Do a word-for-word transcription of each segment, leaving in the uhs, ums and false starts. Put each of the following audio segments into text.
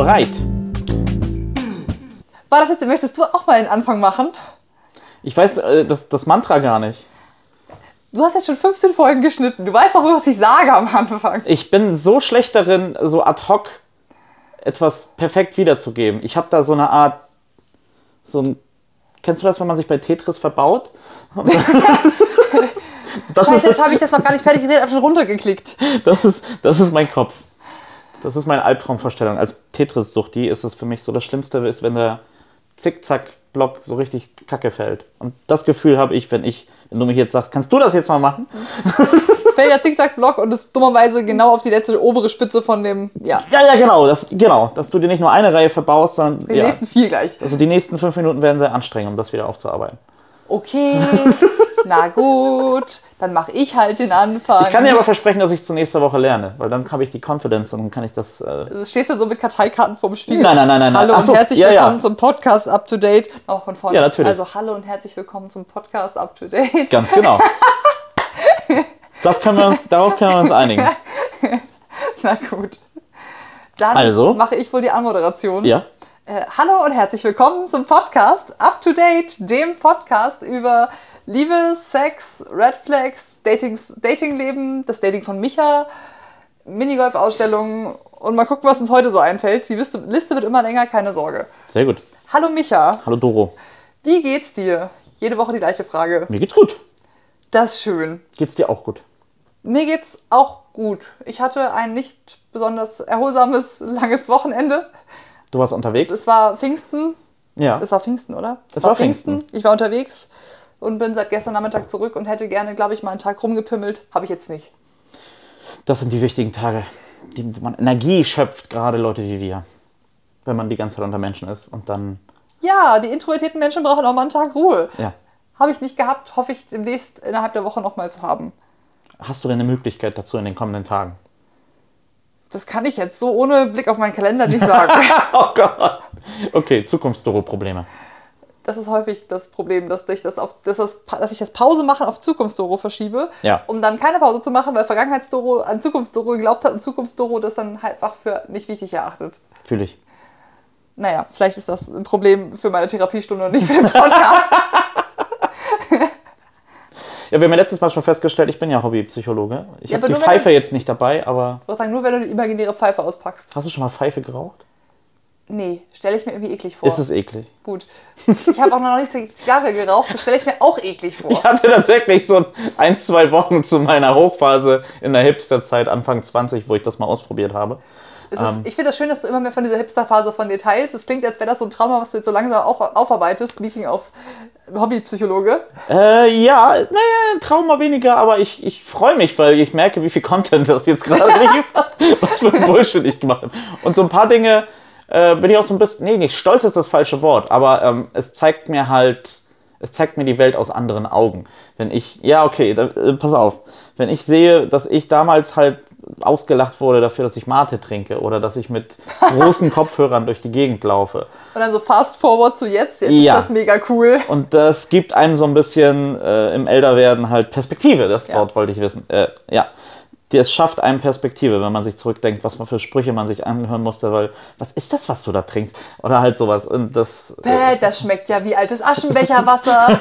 Alright. War das jetzt, möchtest du auch mal den Anfang machen? Ich weiß äh, das, das Mantra gar nicht. Du hast jetzt schon fünfzehn Folgen geschnitten. Du weißt doch, was ich sage am Anfang. Ich bin so schlecht darin, so ad hoc etwas perfekt wiederzugeben. Ich habe da so eine Art, so ein, kennst du das, wenn man sich bei Tetris verbaut? Das Scheiße, jetzt habe ich das noch gar nicht fertig geredet, habe schon runtergeklickt. Das ist, das ist mein Kopf. Das ist meine Albtraumvorstellung. Als Tetris-Suchti ist es für mich so, das Schlimmste ist, wenn der Zickzack-Block so richtig kacke fällt. Und das Gefühl habe ich, wenn ich, wenn du mich jetzt sagst, kannst du das jetzt mal machen? Fällt der Zickzack-Block und ist dummerweise genau auf die letzte obere Spitze von dem, ja. Ja, ja, genau. Das, genau. Dass du dir nicht nur eine Reihe verbaust, sondern die ja, nächsten vier gleich. Also die nächsten fünf Minuten werden sehr anstrengend, um das wieder aufzuarbeiten. Okay, na gut, dann mache ich halt den Anfang. Ich kann dir aber versprechen, dass ich es zur nächsten Woche lerne, weil dann habe ich die Confidence und dann kann ich das... Äh also stehst du so mit Karteikarten vorm Spiegel? Nein, nein, nein, nein. Hallo Ach und so, herzlich ja, willkommen ja. zum Podcast Up to Date. Noch von vorne. Ja, natürlich. Also hallo und herzlich willkommen zum Podcast Up to Date. Ganz genau. Das können wir uns, darauf können wir uns einigen. Na gut. Dann also mache ich wohl die Anmoderation. Ja. Äh, hallo und herzlich willkommen zum Podcast Up to Date, dem Podcast über Liebe, Sex, Red Flags, Datings, Datingleben, das Dating von Micha, Minigolf-Ausstellungen und mal gucken, was uns heute so einfällt. Die Liste, Liste wird immer länger, keine Sorge. Sehr gut. Hallo Micha. Hallo Doro. Wie geht's dir? Jede Woche die gleiche Frage. Mir geht's gut. Das ist schön. Geht's dir auch gut? Mir geht's auch gut. Ich hatte ein nicht besonders erholsames, langes Wochenende. Du warst unterwegs? Es, es war Pfingsten. Ja. Es war Pfingsten, oder? Es, es war, war Pfingsten. Pfingsten. Ich war unterwegs und bin seit gestern Nachmittag zurück und hätte gerne, glaube ich, mal einen Tag rumgepimmelt. Habe ich jetzt nicht. Das sind die wichtigen Tage, die, wo man Energie schöpft, gerade Leute wie wir. Wenn man die ganze Zeit unter Menschen ist und dann... Ja, die introvertierten Menschen brauchen auch mal einen Tag Ruhe. Ja. Habe ich nicht gehabt, hoffe ich demnächst innerhalb der Woche noch mal zu haben. Hast du denn eine Möglichkeit dazu in den kommenden Tagen? Das kann ich jetzt so ohne Blick auf meinen Kalender nicht sagen. Oh Gott. Okay, Zukunftsdoro-Probleme. Das ist häufig das Problem, dass ich das, auf, dass das, dass ich das Pause machen auf Zukunftsdoro verschiebe, ja. um dann keine Pause zu machen, weil Vergangenheitsdoro an Zukunftsdoro geglaubt hat und Zukunftsdoro das dann halt einfach für nicht wichtig erachtet. Fühle ich. Naja, vielleicht ist das ein Problem für meine Therapiestunde und nicht für den Podcast. Ja, wir haben ja letztes Mal schon festgestellt, ich bin ja Hobbypsychologe. Ich ja, habe die nur, Pfeife du, jetzt nicht dabei, aber... Ich würde sagen, nur wenn du die imaginäre Pfeife auspackst. Hast du schon mal Pfeife geraucht? Nee, stelle ich mir irgendwie eklig vor. Ist es eklig? Gut. Ich habe auch noch nicht Zigarre geraucht, das stelle ich mir auch eklig vor. Ich hatte tatsächlich so ein, zwei Wochen zu meiner Hochphase in der Hipsterzeit, Anfang zwanzig, wo ich das mal ausprobiert habe. Es ist, ich finde das schön, dass du immer mehr von dieser Hipsterphase von dir teilst. Es klingt, als wäre das so ein Trauma, was du jetzt so langsam auch aufarbeitest. Speaking of Hobbypsychologe. Äh, ja, naja, Trauma weniger, aber ich, ich freue mich, weil ich merke, wie viel Content das jetzt gerade liefert hat, was für ein Bullshit ich gemacht habe. Und so ein paar Dinge äh, bin ich auch so ein bisschen, nee, nicht stolz ist das falsche Wort, aber ähm, es zeigt mir halt, es zeigt mir die Welt aus anderen Augen. Wenn ich, ja, okay, da, äh, pass auf, wenn ich sehe, dass ich damals halt ausgelacht wurde dafür, dass ich Mate trinke oder dass ich mit großen Kopfhörern durch die Gegend laufe. Und dann so fast forward zu jetzt, jetzt ja. ist das mega cool. Und das gibt einem so ein bisschen äh, im Älterwerden halt Perspektive, das ja. Wort wollte ich wissen. Äh, ja, es schafft einem Perspektive, wenn man sich zurückdenkt, was für Sprüche man sich anhören musste, weil, was ist das, was du da trinkst? Oder halt sowas. Und das, Bäh, das schmeckt ja wie altes Aschenbecherwasser.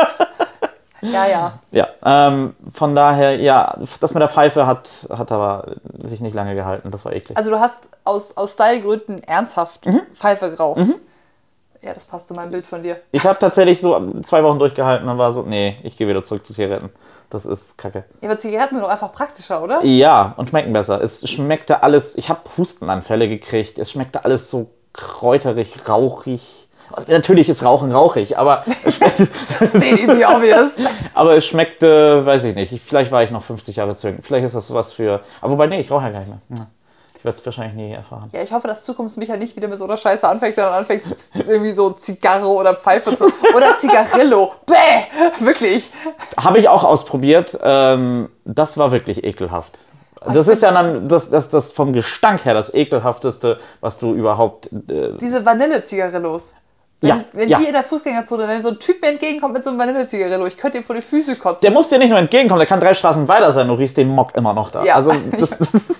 Ja, ja. Ja, ähm, von daher, ja, das mit der Pfeife hat, hat aber sich nicht lange gehalten, das war eklig. Also du hast aus, aus Stylegründen ernsthaft mhm. Pfeife geraucht. Mhm. Ja, das passt zu meinem Bild von dir. Ich habe tatsächlich so zwei Wochen durchgehalten und war so, nee, ich gehe wieder zurück zu Zigaretten. Das ist kacke. Ja, aber Zigaretten sind doch einfach praktischer, oder? Ja, und schmecken besser. Es schmeckte alles, ich habe Hustenanfälle gekriegt, es schmeckte alles so kräuterig, rauchig. Natürlich ist Rauchen rauchig, aber es schmeckte, obvious. aber es schmeckte, weiß ich nicht, vielleicht war ich noch fünfzig Jahre zu jung. Vielleicht ist das was für, aber wobei, nee, ich rauche ja gar nicht mehr. Ich werde es wahrscheinlich nie erfahren. Ja, ich hoffe, dass Zukunftsmicha nicht wieder mit so einer Scheiße anfängt, sondern anfängt irgendwie so Zigarre oder Pfeife zu... Oder Zigarillo. Bäh! Wirklich. Habe ich auch ausprobiert. Ähm, das war wirklich ekelhaft. Das ist ja dann das, das, das vom Gestank her das ekelhafteste, was du überhaupt... Äh Diese Vanille-Zigarillos. Wenn, ja, wenn ja. die in der Fußgängerzone, wenn so ein Typ mir entgegenkommt mit so einem Vanille-Zigarillo, ich könnte ihm vor die Füße kotzen. Der muss dir nicht nur entgegenkommen, der kann drei Straßen weiter sein, du riechst den Mock immer noch da. Ja. Also, das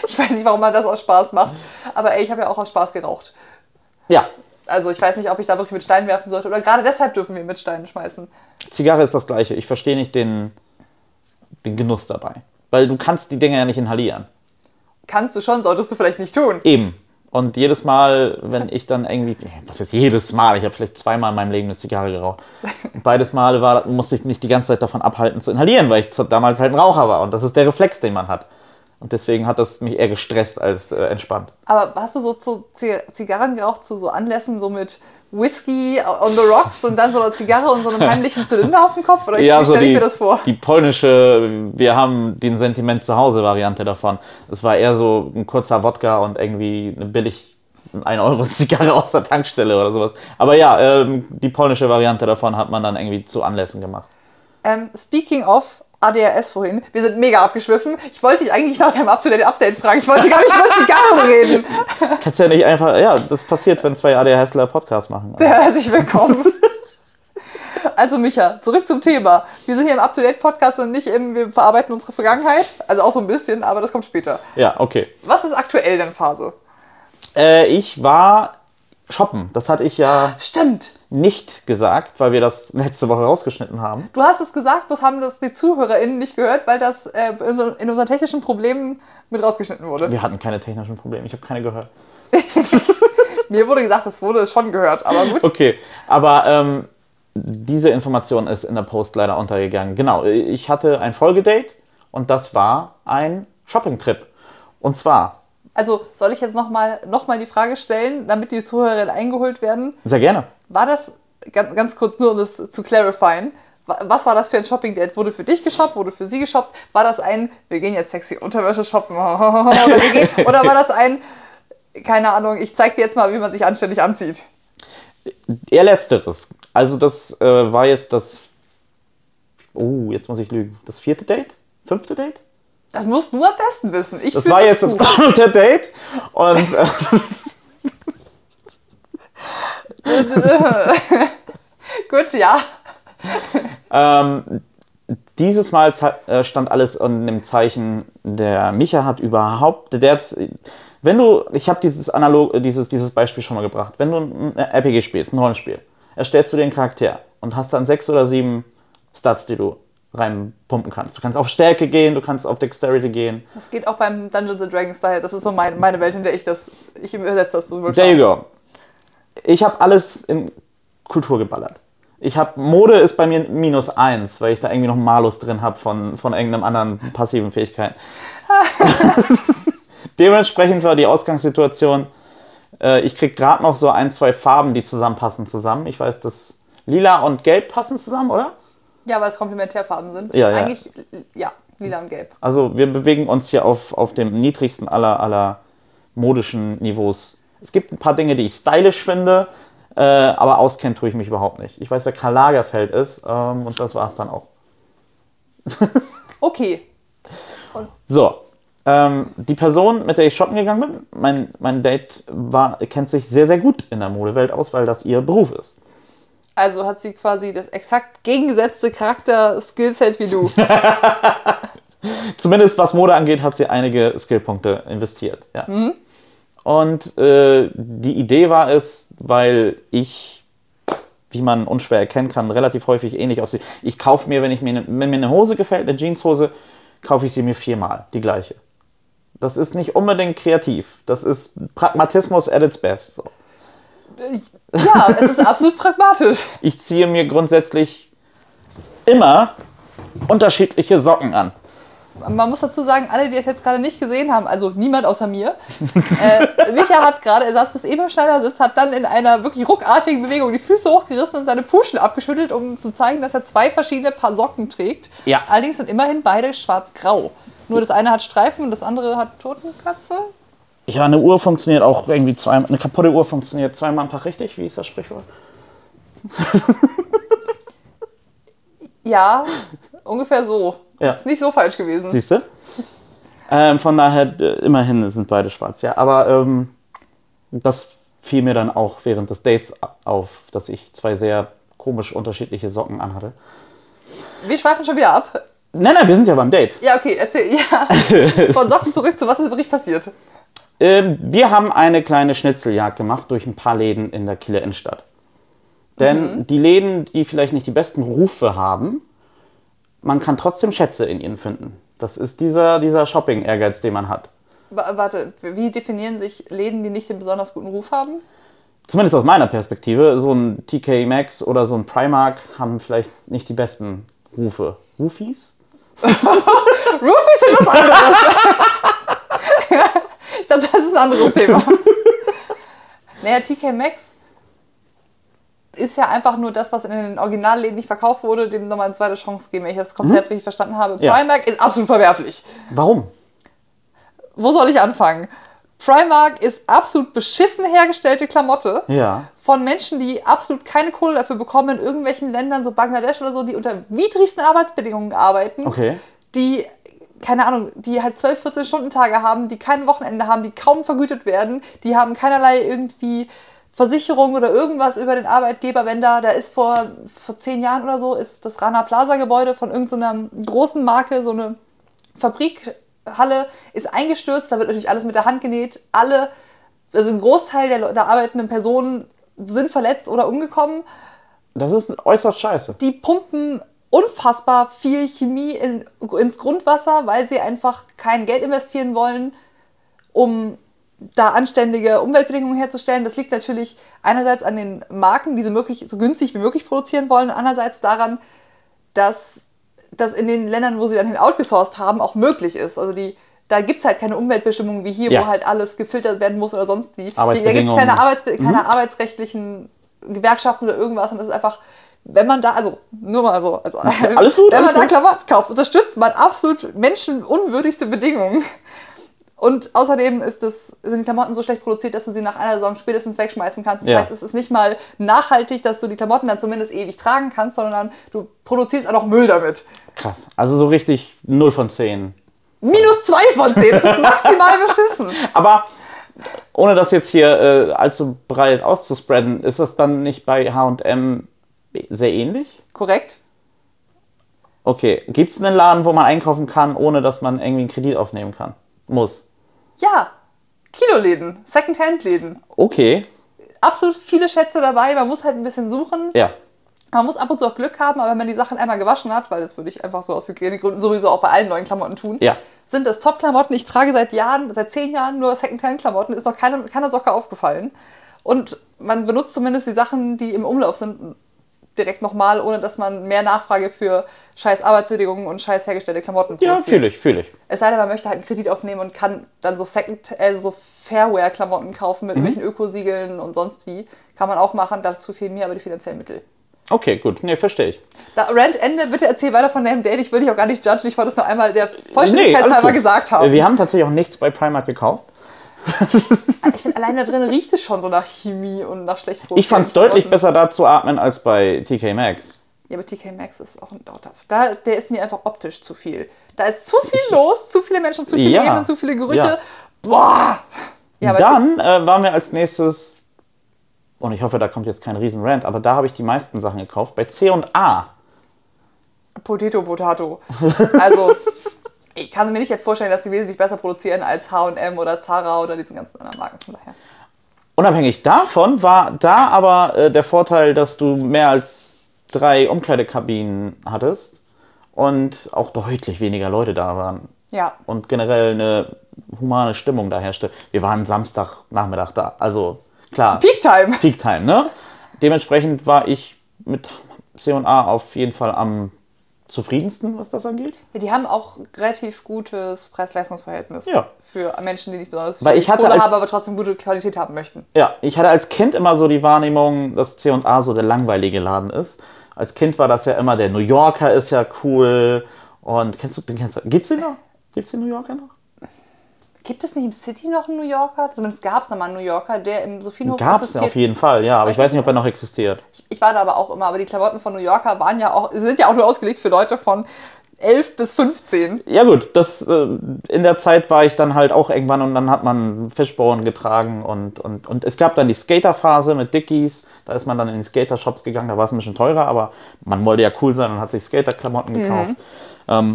Ich weiß nicht, warum man das aus Spaß macht. Aber ey, ich habe ja auch aus Spaß geraucht. Ja. Also ich weiß nicht, ob ich da wirklich mit Steinen werfen sollte. Oder gerade deshalb dürfen wir mit Steinen schmeißen. Zigarre ist das Gleiche. Ich verstehe nicht den, den Genuss dabei. Weil du kannst die Dinger ja nicht inhalieren. Kannst du schon, solltest du vielleicht nicht tun. Eben. Und jedes Mal, wenn ich dann irgendwie, was ist jedes Mal, ich habe vielleicht zweimal in meinem Leben eine Zigarre geraucht. Und beides Mal war, musste ich mich die ganze Zeit davon abhalten zu inhalieren, weil ich damals halt ein Raucher war. Und das ist der Reflex, den man hat. Und deswegen hat das mich eher gestresst als äh, entspannt. Aber hast du so zu Zigarren geraucht zu so Anlässen, so mit Whisky on the rocks und dann so eine Zigarre und so einem heimlichen Zylinder auf dem Kopf? Oder ich, ja, wie so stelle ich die, mir das vor? Die polnische, wir haben den Sentiment zu Hause Variante davon. Es war eher so ein kurzer Wodka und irgendwie eine billig ein Euro Zigarre aus der Tankstelle oder sowas. Aber ja, ähm, die polnische Variante davon hat man dann irgendwie zu Anlässen gemacht. Ähm, speaking of A D H S vorhin, wir sind mega abgeschwiffen. Ich wollte dich eigentlich nach deinem Up-to-Date-Update fragen. Ich wollte gar nicht über Zigarren reden. Kannst ja nicht einfach, ja, das passiert, wenn zwei ADHSler Podcast machen. Ja, herzlich willkommen. Also Micha, zurück zum Thema. Wir sind hier im Up-to-Date-Podcast und nicht im, wir verarbeiten unsere Vergangenheit. Also auch so ein bisschen, aber das kommt später. Ja, okay. Was ist aktuell denn Phase? Äh, ich war shoppen. Das hatte ich ja Stimmt. nicht gesagt, weil wir das letzte Woche rausgeschnitten haben. Du hast es gesagt, bloß haben das die ZuhörerInnen nicht gehört, weil das äh, in, so, in unseren technischen Problemen mit rausgeschnitten wurde. Wir hatten keine technischen Probleme. Ich habe keine gehört. Mir wurde gesagt, es wurde schon gehört, aber gut. Okay, aber ähm, diese Information ist in der Post leider untergegangen. Genau, ich hatte ein Folgedate und das war ein Shopping-Trip. Und zwar... Also soll ich jetzt nochmal noch mal die Frage stellen, damit die ZuhörerInnen eingeholt werden? Sehr gerne. War das, ganz, ganz kurz nur um das zu clarifieren, was war das für ein Shopping-Date? Wurde für dich geshoppt, wurde für sie geshoppt? War das ein, wir gehen jetzt sexy Unterwäsche shoppen, oder, wir gehen, oder war das ein, keine Ahnung, ich zeig dir jetzt mal, wie man sich anständig anzieht? Eher letzteres. Also das äh, war jetzt das, oh, jetzt muss ich lügen, das vierte Date? Fünfte Date? Das musst du am besten wissen. Ich das war jetzt das fünfte Date und äh, gut, ja. Ähm, dieses Mal stand alles in dem Zeichen, der Micha hat überhaupt, der hat, wenn du, ich habe dieses analog, dieses, dieses Beispiel schon mal gebracht, wenn du ein R P G spielst, ein Rollenspiel, erstellst du dir einen Charakter und hast dann sechs oder sieben Stats, die du reinpumpen kannst. Du kannst auf Stärke gehen, du kannst auf Dexterity gehen. Das geht auch beim Dungeons and Dragons daher. Das ist so mein, meine Welt, in der ich das, ich übersetze das so. There you go. Ich habe alles in Kultur geballert. Ich habe, Mode ist bei mir minus eins, weil ich da irgendwie noch einen Malus drin habe von, von irgendeinem anderen passiven Fähigkeiten. Dementsprechend war die Ausgangssituation, äh, ich krieg gerade noch so ein, zwei Farben, die zusammenpassen zusammen. Ich weiß, dass Lila und Gelb passen zusammen, oder? Ja, weil es Komplementärfarben sind. Ja, ja. Eigentlich, ja, lila und gelb. Also wir bewegen uns hier auf, auf dem niedrigsten aller, aller modischen Niveaus. Es gibt ein paar Dinge, die ich stylisch finde, äh, aber auskennen tue ich mich überhaupt nicht. Ich weiß, wer Karl Lagerfeld ist, ähm, und das war es dann auch. Okay. Und so, ähm, die Person, mit der ich shoppen gegangen bin, mein, mein Date, war, kennt sich sehr, sehr gut in der Modewelt aus, weil das ihr Beruf ist. Also hat sie quasi das exakt gegengesetzte Charakter-Skillset wie du. Zumindest was Mode angeht, hat sie einige Skillpunkte investiert. Ja. Mhm. Und äh, die Idee war es, weil ich, wie man unschwer erkennen kann, relativ häufig ähnlich aussehe. Ich kaufe mir, wenn, ich mir, wenn mir eine Hose gefällt, eine Jeanshose, kaufe ich sie mir viermal, die gleiche. Das ist nicht unbedingt kreativ. Das ist Pragmatismus at its best. So. Ja, es ist absolut pragmatisch. Ich ziehe mir grundsätzlich immer unterschiedliche Socken an. Man muss dazu sagen, alle, die das jetzt gerade nicht gesehen haben, also niemand außer mir, äh, Micha hat gerade, er saß bis eben im Schneidersitz, hat dann in einer wirklich ruckartigen Bewegung die Füße hochgerissen und seine Puschen abgeschüttelt, um zu zeigen, dass er zwei verschiedene Paar Socken trägt. Ja. Allerdings sind immerhin beide schwarz-grau. Nur das eine hat Streifen und das andere hat Totenköpfe. Ja, eine Uhr funktioniert auch irgendwie zweimal, eine kaputte Uhr funktioniert zweimal am Tag richtig, wie ist das Sprichwort? Ja, ungefähr so. Ja. Ist nicht so falsch gewesen. Siehst du? Ähm, von daher, äh, immerhin sind beide schwarz, ja. Aber ähm, das fiel mir dann auch während des Dates auf, dass ich zwei sehr komisch unterschiedliche Socken anhatte. Wir schweifen schon wieder ab. Nein, nein, wir sind ja beim Date. Ja, okay, erzähl. Ja. Von Socken zurück zu was ist wirklich passiert? Ähm, wir haben eine kleine Schnitzeljagd gemacht durch ein paar Läden in der Kieler Innenstadt. Denn mhm. die Läden, die vielleicht nicht die besten Rufe haben, man kann trotzdem Schätze in ihnen finden. Das ist dieser, dieser Shopping-Ehrgeiz, den man hat. Warte, wie definieren sich Läden, die nicht den besonders guten Ruf haben? Zumindest aus meiner Perspektive. So ein T K Maxx oder so ein Primark haben vielleicht nicht die besten Rufe. Rufis? Rufis sind was anderes. Ich glaube, das ist ein anderes Thema. Naja, T K Maxx ist ja einfach nur das, was in den Originalläden nicht verkauft wurde, dem nochmal eine zweite Chance geben, wenn ich das Konzept hm? richtig verstanden habe. Ja. Primark ist absolut verwerflich. Warum? Wo soll ich anfangen? Primark ist absolut beschissen hergestellte Klamotte ja. von Menschen, die absolut keine Kohle dafür bekommen, in irgendwelchen Ländern, so Bangladesch oder so, die unter widrigsten Arbeitsbedingungen arbeiten, okay. die, keine Ahnung, die halt zwölf, vierzehn Stunden Tage haben, die kein Wochenende haben, die kaum vergütet werden, die haben keinerlei irgendwie Versicherung oder irgendwas über den Arbeitgeber, wenn da, da ist vor, vor zehn Jahren oder so, ist das Rana Plaza Gebäude von irgendeiner großen Marke, so eine Fabrikhalle, ist eingestürzt, da wird natürlich alles mit der Hand genäht, alle, also ein Großteil der, der arbeitenden Personen sind verletzt oder umgekommen. Das ist äußerst scheiße. Die pumpen unfassbar viel Chemie in, ins Grundwasser, weil sie einfach kein Geld investieren wollen, um da anständige Umweltbedingungen herzustellen. Das liegt natürlich einerseits an den Marken, die sie möglich, so günstig wie möglich produzieren wollen, und andererseits daran, dass das in den Ländern, wo sie dann hin outgesourced haben, auch möglich ist. Also die, da gibt es halt keine Umweltbestimmungen wie hier, ja. wo halt alles gefiltert werden muss oder sonst wie. Da gibt es keine, Arbeits, keine mhm. arbeitsrechtlichen Gewerkschaften oder irgendwas, und das ist einfach, wenn man da, also nur mal so, also, alles gut, wenn alles man da gut. Klamotten kauft, unterstützt man absolut menschenunwürdigste Bedingungen. Und außerdem ist das, sind die Klamotten so schlecht produziert, dass du sie nach einer Saison spätestens wegschmeißen kannst. Das ja. heißt, es ist nicht mal nachhaltig, dass du die Klamotten dann zumindest ewig tragen kannst, sondern du produzierst auch noch Müll damit. Krass. Also so richtig null von zehn. Minus zwei von zehn, das ist maximal beschissen. Aber ohne das jetzt hier äh, allzu breit auszuspreaden, ist das dann nicht bei H und M sehr ähnlich? Korrekt. Okay. Gibt es einen Laden, wo man einkaufen kann, ohne dass man irgendwie einen Kredit aufnehmen kann? Muss. Ja, Kiloläden, Secondhand-Läden. Okay. Absolut viele Schätze dabei, man muss halt ein bisschen suchen. Ja. Man muss ab und zu auch Glück haben, aber wenn man die Sachen einmal gewaschen hat, weil das würde ich einfach so aus Hygienegründen sowieso auch bei allen neuen Klamotten tun, ja. sind das Top-Klamotten. Ich trage seit Jahren, seit zehn Jahren nur Secondhand-Klamotten, ist noch keine, keiner Socke aufgefallen. Und man benutzt zumindest die Sachen, die im Umlauf sind, direkt nochmal, ohne dass man mehr Nachfrage für scheiß Arbeitsbedingungen und scheiß hergestellte Klamotten produziert. Ja, fühle ich, fühle ich. Es sei denn, man möchte halt einen Kredit aufnehmen und kann dann so Second, äh, so Fairware-Klamotten kaufen mit mhm. irgendwelchen Ökosiegeln und sonst wie. Kann man auch machen, dazu fehlen mir aber die finanziellen Mittel. Okay, gut. Nee, verstehe ich. Da Rant Ende, bitte erzähl weiter von deinem Date. Ich würde dich auch gar nicht judgen. Ich wollte es nur einmal der Vollständigkeit nee, halber gesagt haben. Wir haben tatsächlich auch nichts bei Primark gekauft. Ich finde, allein da drin riecht es schon so nach Chemie und nach schlecht produzierten Ich fand es deutlich besser da zu atmen als bei T K Maxx. Ja, aber T K Maxx ist auch ein Dauter. Da, der ist mir einfach optisch zu viel. Da ist zu viel los, zu viele Menschen, zu viele ja. Ebenen, zu viele Gerüche. Ja. Boah! Ja, Dann äh, waren wir als nächstes, und ich hoffe, da kommt jetzt kein Riesen-Rant, aber da habe ich die meisten Sachen gekauft, bei C und A. Potato, Potato. Also, ich kann mir nicht jetzt vorstellen, dass sie wesentlich besser produzieren als H und M oder Zara oder diesen ganzen anderen Marken. Von daher. Unabhängig davon war da aber äh, der Vorteil, dass du mehr als drei Umkleidekabinen hattest und auch deutlich weniger Leute da waren. Ja. Und generell eine humane Stimmung da herrschte. Wir waren Samstagnachmittag da, also klar. Peak-Time. Peak-Time, ne? Dementsprechend war ich mit C und A auf jeden Fall am zufriedensten, was das angeht. Ja, die haben auch relativ gutes Preis-Leistungs-Verhältnis ja. für Menschen, die nicht besonders viel Weil ich hatte Kohle als, haben, aber trotzdem gute Qualität haben möchten. Ja, ich hatte als Kind immer so die Wahrnehmung, dass C und A so der langweilige Laden ist. Als Kind war das ja immer, der New Yorker ist ja cool. Und kennst du den? Kennst du, gibt's den noch? Gibt's den New Yorker noch? Gibt es nicht im City noch einen New Yorker? Zumindest gab es noch mal einen New Yorker, der im Sophienhof existiert. Gab es auf jeden Fall, ja. Aber ich weiß nicht, ob er noch existiert. Ich, ich war da aber auch immer. Aber die Klamotten von New Yorker waren ja auch, sind ja auch nur ausgelegt für Leute von elf bis fünfzehn. Ja gut, das, äh, in der Zeit war ich dann halt auch irgendwann und dann hat man Fishbone getragen und, und, und es gab dann die Skaterphase mit Dickies, da ist man dann in die Skater-Shops gegangen, da war es ein bisschen teurer, aber man wollte ja cool sein und hat sich Skater-Klamotten gekauft. Mhm. Ähm,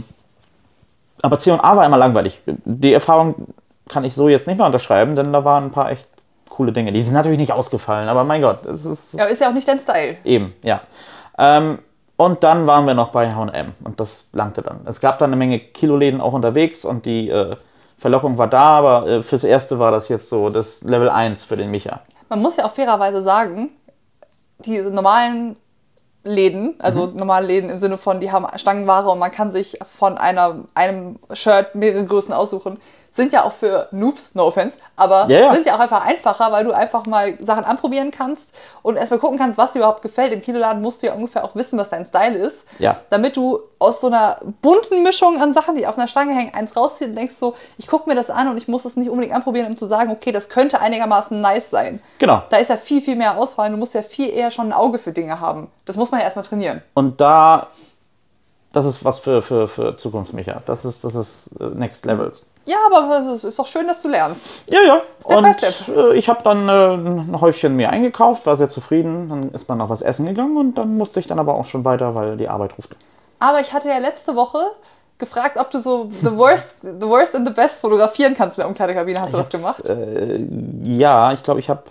aber C und A war immer langweilig. Die Erfahrung kann ich so jetzt nicht mehr unterschreiben, denn da waren ein paar echt coole Dinge. Die sind natürlich nicht ausgefallen, aber mein Gott, es ist... Ja, ist ja auch nicht dein Style. Eben, ja. Ähm, und dann waren wir noch bei H und M und das langte dann. Es gab dann eine Menge Kiloläden auch unterwegs und die äh, Verlockung war da, aber äh, fürs Erste war das jetzt so das Level eins für den Micha. Man muss ja auch fairerweise sagen, diese normalen Läden, also mhm. normale Läden im Sinne von, die haben Stangenware und man kann sich von einer, einem Shirt mehrere Größen aussuchen, sind ja auch für Noobs, no offense, aber ja, ja. sind ja auch einfach einfacher, weil du einfach mal Sachen anprobieren kannst und erstmal gucken kannst, was dir überhaupt gefällt. Im Kiloladen musst du ja ungefähr auch wissen, was dein Style ist, ja. damit du aus so einer bunten Mischung an Sachen, die auf einer Stange hängen, eins rausziehst und denkst so, ich gucke mir das an und ich muss es nicht unbedingt anprobieren, um zu sagen, okay, das könnte einigermaßen nice sein. Genau. Da ist ja viel, viel mehr Auswahl und du musst ja viel eher schon ein Auge für Dinge haben. Das muss man ja erstmal trainieren. Und da, das ist was für, für, für Zukunftsmicha. Das ist, das ist Next Levels. Ja, aber es ist doch schön, dass du lernst. Ja, ja. Step und by step. Äh, ich habe dann äh, ein Häufchen mir eingekauft, war sehr zufrieden. Dann ist man noch was essen gegangen und dann musste ich dann aber auch schon weiter, weil die Arbeit ruft. Aber ich hatte ja letzte Woche gefragt, ob du so the worst, the worst and the best fotografieren kannst in der Umkleidekabine. Hast du das gemacht? Äh, ja, ich glaube, ich habe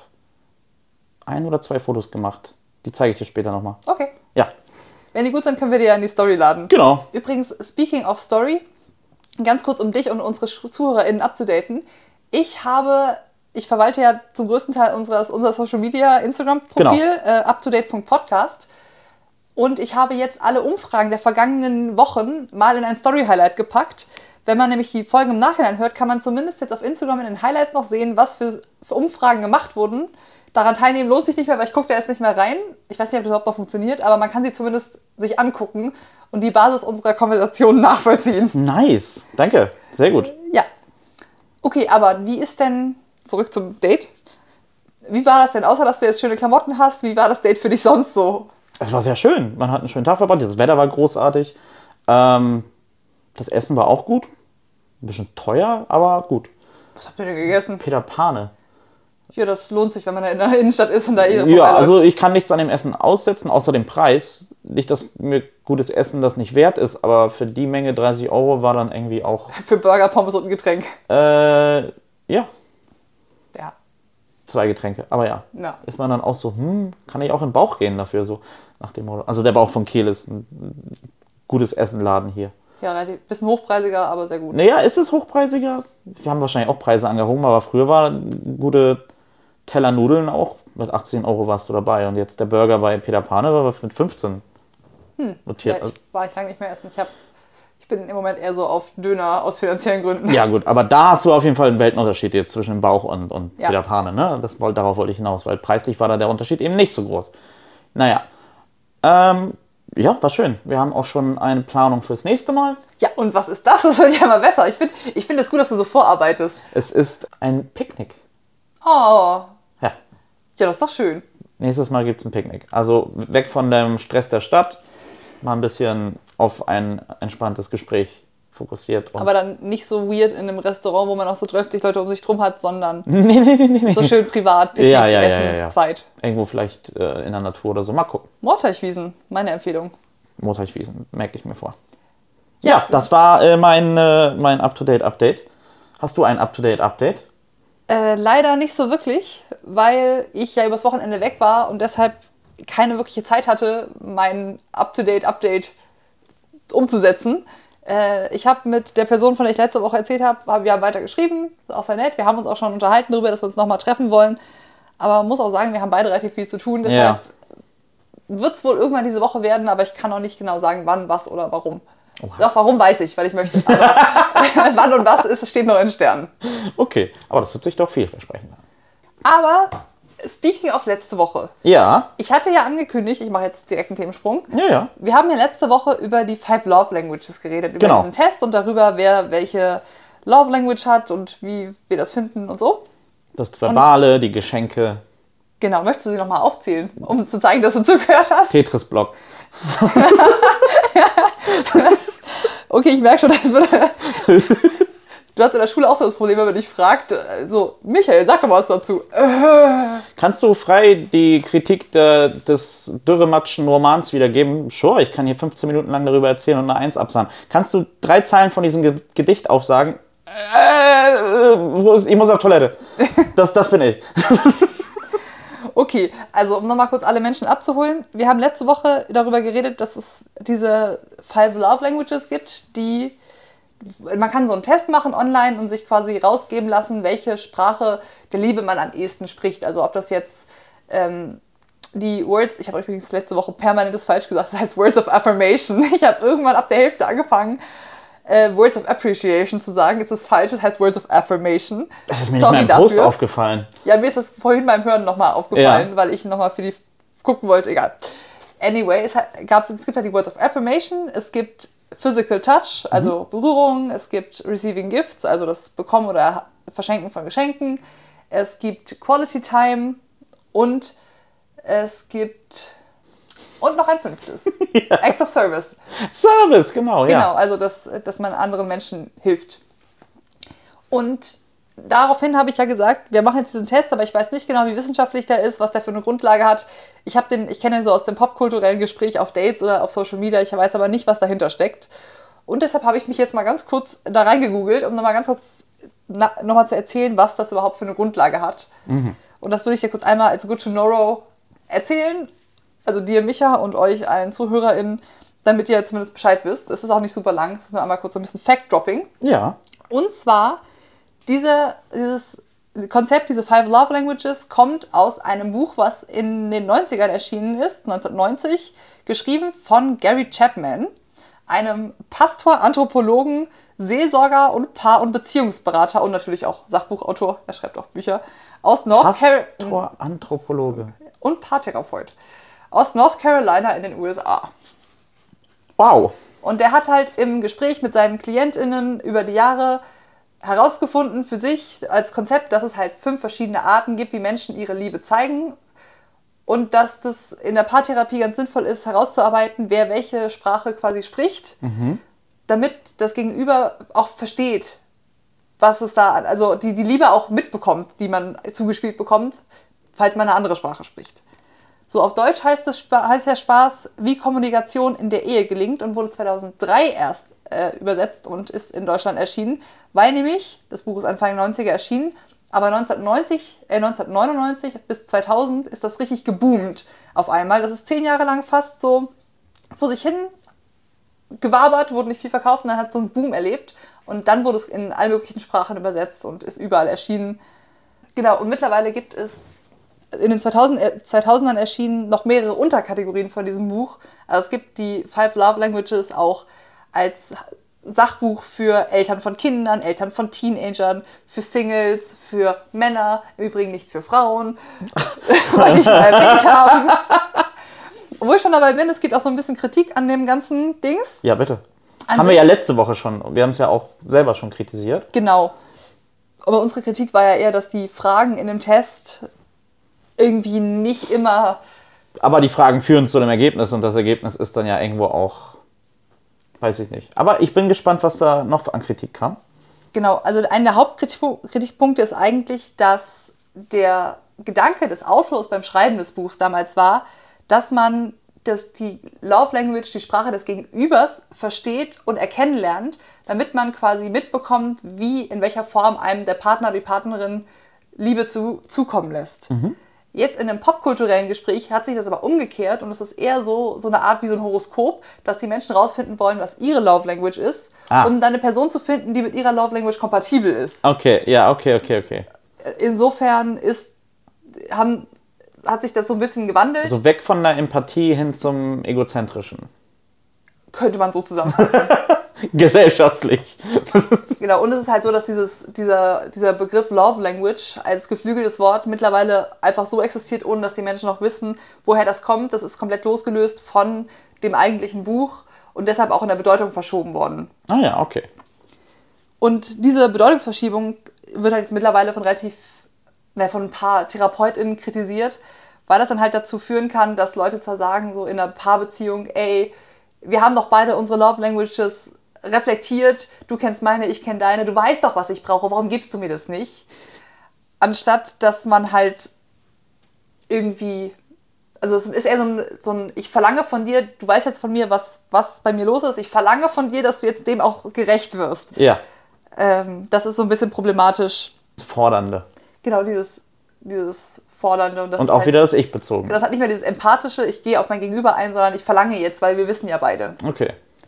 ein oder zwei Fotos gemacht. Die zeige ich dir später nochmal. Okay. Ja. Wenn die gut sind, können wir die ja in die Story laden. Genau. Übrigens, speaking of Story, ganz kurz, um dich und unsere ZuhörerInnen abzudaten. Ich habe, ich verwalte ja zum größten Teil unseres, unser Social Media Instagram-Profil, genau. äh, uptodate punkt podcast. Und ich habe jetzt alle Umfragen der vergangenen Wochen mal in ein Story-Highlight gepackt. Wenn man nämlich die Folgen im Nachhinein hört, kann man zumindest jetzt auf Instagram in den Highlights noch sehen, was für, für Umfragen gemacht wurden. Daran teilnehmen lohnt sich nicht mehr, weil ich gucke da jetzt nicht mehr rein. Ich weiß nicht, ob das überhaupt noch funktioniert, aber man kann sie zumindest sich angucken und die Basis unserer Konversation nachvollziehen. Nice, danke, sehr gut. Ja. Okay, aber wie ist denn, zurück zum Date, wie war das denn, außer dass du jetzt schöne Klamotten hast, wie war das Date für dich sonst so? Es war sehr schön, man hat einen schönen Tag verbracht, das Wetter war großartig, ähm, das Essen war auch gut, ein bisschen teuer, aber gut. Was habt ihr denn gegessen? Peter Pane. Ja, das lohnt sich, wenn man da in der Innenstadt ist und da eh Ja, also ich kann nichts an dem Essen aussetzen, außer dem Preis. Nicht, dass mir gutes Essen das nicht wert ist, aber für die Menge dreißig Euro war dann irgendwie auch... Für Burger, Pommes und ein Getränk. Äh, ja. Ja. Zwei Getränke, aber ja. ja. Ist man dann auch so, hm, kann ich auch in den Bauch gehen dafür, so nach dem Motto. Also der Bauch von Kehl ist ein gutes Essenladen hier. Ja, ein bisschen hochpreisiger, aber sehr gut. Naja, ist es hochpreisiger? Wir haben wahrscheinlich auch Preise angehoben, aber früher war gute... Teller Nudeln auch, mit achtzehn Euro warst du dabei und jetzt der Burger bei Peter Pane war mit fünfzehn hm. notiert. Ja, ich war ich lange nicht mehr essen. Ich, hab, ich bin im Moment eher so auf Döner aus finanziellen Gründen. Ja gut, aber da hast du auf jeden Fall einen Weltenunterschied jetzt zwischen dem Bauch und, und ja. Peter Pane, ne? Das, darauf wollte ich hinaus, weil preislich war da der Unterschied eben nicht so groß. Naja, ähm, ja, war schön. Wir haben auch schon eine Planung fürs nächste Mal. Ja, und was ist das? Das wird ja immer besser. Ich finde ich find es gut, dass du so vorarbeitest. Es ist ein Picknick. Oh. Ja. Ja, das ist doch schön. Nächstes Mal gibt es ein Picknick. Also weg von dem Stress der Stadt, mal ein bisschen auf ein entspanntes Gespräch fokussiert. Und aber dann nicht so weird in einem Restaurant, wo man auch so dreißig Leute um sich drum hat, sondern nee, nee, nee, nee. so schön privat, Picknick, ja, ja, Essen ja, ja, ja. zu zweit. Irgendwo vielleicht äh, in der Natur oder so. Mal gucken. Moorteichwiesen, meine Empfehlung. Moorteichwiesen, merke ich mir vor. Ja, ja das war äh, mein, äh, mein Up-to-Date-Update. Hast du ein Up-to-Date-Update? Äh, leider nicht so wirklich, weil ich ja übers Wochenende weg war und deshalb keine wirkliche Zeit hatte, mein Up-to-Date-Update umzusetzen. Äh, ich habe mit der Person, von der ich letzte Woche erzählt habe, hab, wir haben weiter geschrieben, ist auch sehr nett. Wir haben uns auch schon unterhalten darüber, dass wir uns nochmal treffen wollen. Aber man muss auch sagen, wir haben beide relativ viel zu tun. Deshalb ja. wird es wohl irgendwann diese Woche werden, aber ich kann auch nicht genau sagen, wann, was oder warum. Oha. Doch, warum weiß ich, weil ich möchte. Aber wann und was ist, steht noch in Sternen. Okay, aber das hört sich doch vielversprechend an. Aber speaking of letzte Woche. Ja. Ich hatte ja angekündigt, ich mache jetzt direkt einen Themensprung. Ja, ja. Wir haben ja letzte Woche über die Five Love Languages geredet, über genau. diesen Test und darüber, wer welche Love Language hat und wie wir das finden und so. Das Verbale, die Geschenke. Genau, möchtest du sie nochmal aufzählen, um zu zeigen, dass du zugehört hast? Tetris-Block. Okay, ich merke schon, dass wir... Du hast in der Schule auch so das Problem, wenn man dich fragt, so, Michael, sag doch mal was dazu. Kannst du frei die Kritik de, des Dürrematschen-Romans wiedergeben? Sure, ich kann hier fünfzehn Minuten lang darüber erzählen und eine Eins absagen. Kannst du drei Zeilen von diesem Ge- Gedicht aufsagen? Äh, wo ist, ich muss auf Toilette. Das, das bin ich. Okay, also um nochmal kurz alle Menschen abzuholen. Wir haben letzte Woche darüber geredet, dass es diese Five Love Languages gibt, die... Man kann so einen Test machen online und sich quasi rausgeben lassen, welche Sprache der Liebe man am ehesten spricht. Also ob das jetzt ähm, die Words, ich habe übrigens letzte Woche permanentes falsch gesagt, das heißt Words of Affirmation. Ich habe irgendwann ab der Hälfte angefangen, äh, Words of Appreciation zu sagen. Jetzt ist es falsch, das heißt Words of Affirmation. Das ist mir Sorry nicht mal im Post aufgefallen. Ja, mir ist das vorhin beim Hören nochmal aufgefallen, ja. Weil ich nochmal für die gucken wollte. Egal. Anyway, es, hat, gab's, es gibt halt die Words of Affirmation, es gibt Physical Touch, also mhm. Berührung, es gibt Receiving Gifts, also das Bekommen oder Verschenken von Geschenken, es gibt Quality Time und es gibt und noch ein fünftes, ja. Acts of Service. Service, genau, ja. Genau, also dass, dass man anderen Menschen hilft. Und daraufhin habe ich ja gesagt, wir machen jetzt diesen Test, aber ich weiß nicht genau, wie wissenschaftlich der ist, was der für eine Grundlage hat. Ich habe den, ich kenne den so aus dem popkulturellen Gespräch auf Dates oder auf Social Media. Ich weiß aber nicht, was dahinter steckt. Und deshalb habe ich mich jetzt mal ganz kurz da reingegoogelt, um nochmal ganz kurz na, nochmal zu erzählen, was das überhaupt für eine Grundlage hat. Mhm. Und das würde ich dir kurz einmal als Good to Know erzählen. Also dir, Micha, und euch allen ZuhörerInnen, damit ihr zumindest Bescheid wisst. Es ist auch nicht super lang, es ist nur einmal kurz so ein bisschen Fact-Dropping. Ja. Und zwar... Diese, dieses Konzept, diese Five Love Languages, kommt aus einem Buch, was in den neunzigern erschienen ist, neunzehnhundertneunzig, geschrieben von Gary Chapman, einem Pastor, Anthropologen, Seelsorger und Paar- und Beziehungsberater und natürlich auch Sachbuchautor, er schreibt auch Bücher, aus North Carolina. Pastor, Anthropologe. Und Paartherapeut. Aus North Carolina in den U S A. Wow. Und der hat halt im Gespräch mit seinen KlientInnen über die Jahre herausgefunden für sich als Konzept, dass es halt fünf verschiedene Arten gibt, wie Menschen ihre Liebe zeigen und dass das in der Paartherapie ganz sinnvoll ist, herauszuarbeiten, wer welche Sprache quasi spricht, mhm. damit das Gegenüber auch versteht, was es da, also die, die Liebe auch mitbekommt, die man zugespielt bekommt, falls man eine andere Sprache spricht. So, auf Deutsch heißt, das, heißt der Spaß, wie Kommunikation in der Ehe gelingt und wurde zweitausenddrei erst äh, übersetzt und ist in Deutschland erschienen, weil nämlich, das Buch ist Anfang neunziger erschienen, aber neunzehnhundertneunzig, äh, neunzehnhundertneunundneunzig bis zweitausend ist das richtig geboomt auf einmal. Das ist zehn Jahre lang fast so vor sich hin gewabert, wurde nicht viel verkauft und dann hat so einen Boom erlebt und dann wurde es in allen möglichen Sprachen übersetzt und ist überall erschienen. Genau, und mittlerweile gibt es in den zweitausendern erschienen noch mehrere Unterkategorien von diesem Buch. Also es gibt die Five Love Languages auch als Sachbuch für Eltern von Kindern, Eltern von Teenagern, für Singles, für Männer, im Übrigen nicht für Frauen, weil ich mal erwähnt habe. Obwohl ich schon dabei bin, es gibt auch so ein bisschen Kritik an dem ganzen Dings. Ja, bitte. An haben wir ja letzte Woche schon, wir haben es ja auch selber schon kritisiert. Genau. Aber unsere Kritik war ja eher, dass die Fragen in dem Test irgendwie nicht immer... Aber die Fragen führen zu dem Ergebnis und das Ergebnis ist dann ja irgendwo auch, weiß ich nicht. Aber ich bin gespannt, was da noch an Kritik kam. Genau, also einer der Hauptkritikpunkte ist eigentlich, dass der Gedanke des Autors beim Schreiben des Buchs damals war, dass man das, die Love Language, die Sprache des Gegenübers versteht und erkennen lernt, damit man quasi mitbekommt, wie, in welcher Form einem der Partner, die Partnerin Liebe zu, zukommen lässt. Mhm. Jetzt in einem popkulturellen Gespräch hat sich das aber umgekehrt und es ist eher so, so eine Art wie so ein Horoskop, dass die Menschen rausfinden wollen, was ihre Love Language ist, ah. um dann eine Person zu finden, die mit ihrer Love Language kompatibel ist. Okay, ja, okay, okay, okay. Insofern ist, haben, hat sich das so ein bisschen gewandelt. Also weg von der Empathie hin zum Egozentrischen. Könnte man so zusammenfassen. Gesellschaftlich. Genau, und es ist halt so, dass dieses, dieser, dieser Begriff Love Language als geflügeltes Wort mittlerweile einfach so existiert, ohne dass die Menschen noch wissen, woher das kommt. Das ist komplett losgelöst von dem eigentlichen Buch und deshalb auch in der Bedeutung verschoben worden. Ah ja, okay. Und diese Bedeutungsverschiebung wird halt jetzt mittlerweile von relativ, ne, von ein paar TherapeutInnen kritisiert, weil das dann halt dazu führen kann, dass Leute zwar sagen, so in einer Paarbeziehung, ey, wir haben doch beide unsere Love Languages reflektiert, du kennst meine, ich kenne deine, du weißt doch, was ich brauche, warum gibst du mir das nicht? Anstatt, dass man halt irgendwie, also es ist eher so ein, so ein, ich verlange von dir, du weißt jetzt von mir, was, was bei mir los ist, ich verlange von dir, dass du jetzt dem auch gerecht wirst. Ja. Ähm, das ist so ein bisschen problematisch. Das Fordernde. Genau, dieses, dieses Fordernde. Und, das Und ist auch halt, wieder das Ich-Bezogen. das hat nicht mehr dieses Empathische, ich gehe auf mein Gegenüber ein, sondern ich verlange jetzt, weil wir wissen ja beide. Okay.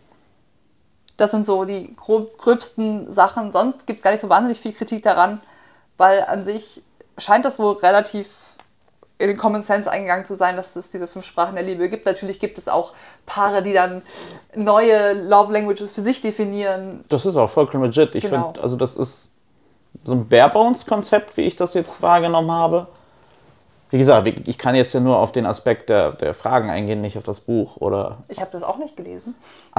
Das sind so die grob, gröbsten Sachen. Sonst gibt es gar nicht so wahnsinnig viel Kritik daran, weil an sich scheint das wohl relativ in den Common Sense eingegangen zu sein, dass es diese fünf Sprachen der Liebe gibt. Natürlich gibt es auch Paare, die dann neue Love Languages für sich definieren. Das ist auch vollkommen legit. Ich Genau. finde, also das ist so ein Bare-Bones-Konzept, wie ich das jetzt wahrgenommen habe. Wie gesagt, ich kann jetzt ja nur auf den Aspekt der, der Fragen eingehen, nicht auf das Buch. Oder Ich habe das auch nicht gelesen.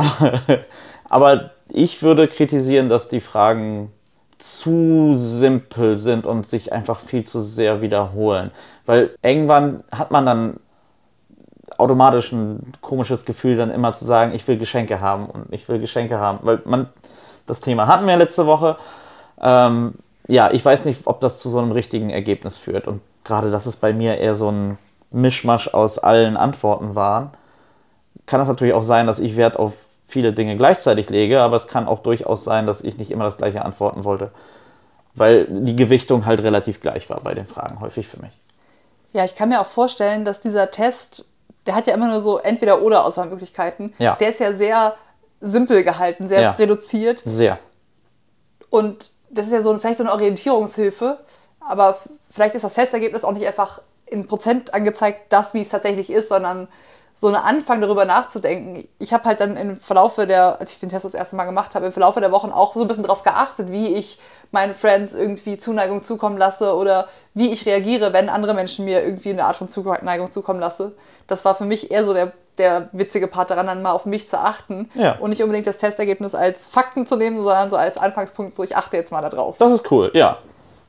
aber ich würde kritisieren, dass die Fragen zu simpel sind und sich einfach viel zu sehr wiederholen. Weil irgendwann hat man dann automatisch ein komisches Gefühl, dann immer zu sagen, ich will Geschenke haben und ich will Geschenke haben. Weil man, das Thema hatten wir letzte Woche. Ähm, ja, ich weiß nicht, ob das zu so einem richtigen Ergebnis führt. Und gerade, dass es bei mir eher so ein Mischmasch aus allen Antworten waren, kann es natürlich auch sein, dass ich Wert auf viele Dinge gleichzeitig lege, aber es kann auch durchaus sein, dass ich nicht immer das Gleiche antworten wollte, weil die Gewichtung halt relativ gleich war bei den Fragen, häufig für mich. Ja, ich kann mir auch vorstellen, dass dieser Test, der hat ja immer nur so Entweder-oder-Auswahlmöglichkeiten. Ja. Der ist ja sehr simpel gehalten, sehr Ja. reduziert. Sehr. Und das ist ja so ein, vielleicht so eine Orientierungshilfe, aber f- vielleicht ist das Testergebnis auch nicht einfach in Prozent angezeigt, das, wie es tatsächlich ist, sondern so ein Anfang darüber nachzudenken. Ich habe halt dann im Verlaufe der, als ich den Test das erste Mal gemacht habe, im Verlaufe der Wochen auch so ein bisschen darauf geachtet, wie ich meinen Friends irgendwie Zuneigung zukommen lasse oder wie ich reagiere, wenn andere Menschen mir irgendwie eine Art von Zuneigung zukommen lasse. Das war für mich eher so der, der witzige Part daran, dann mal auf mich zu achten Ja. und nicht unbedingt das Testergebnis als Fakten zu nehmen, sondern so als Anfangspunkt, so ich achte jetzt mal da drauf. Das ist cool, ja.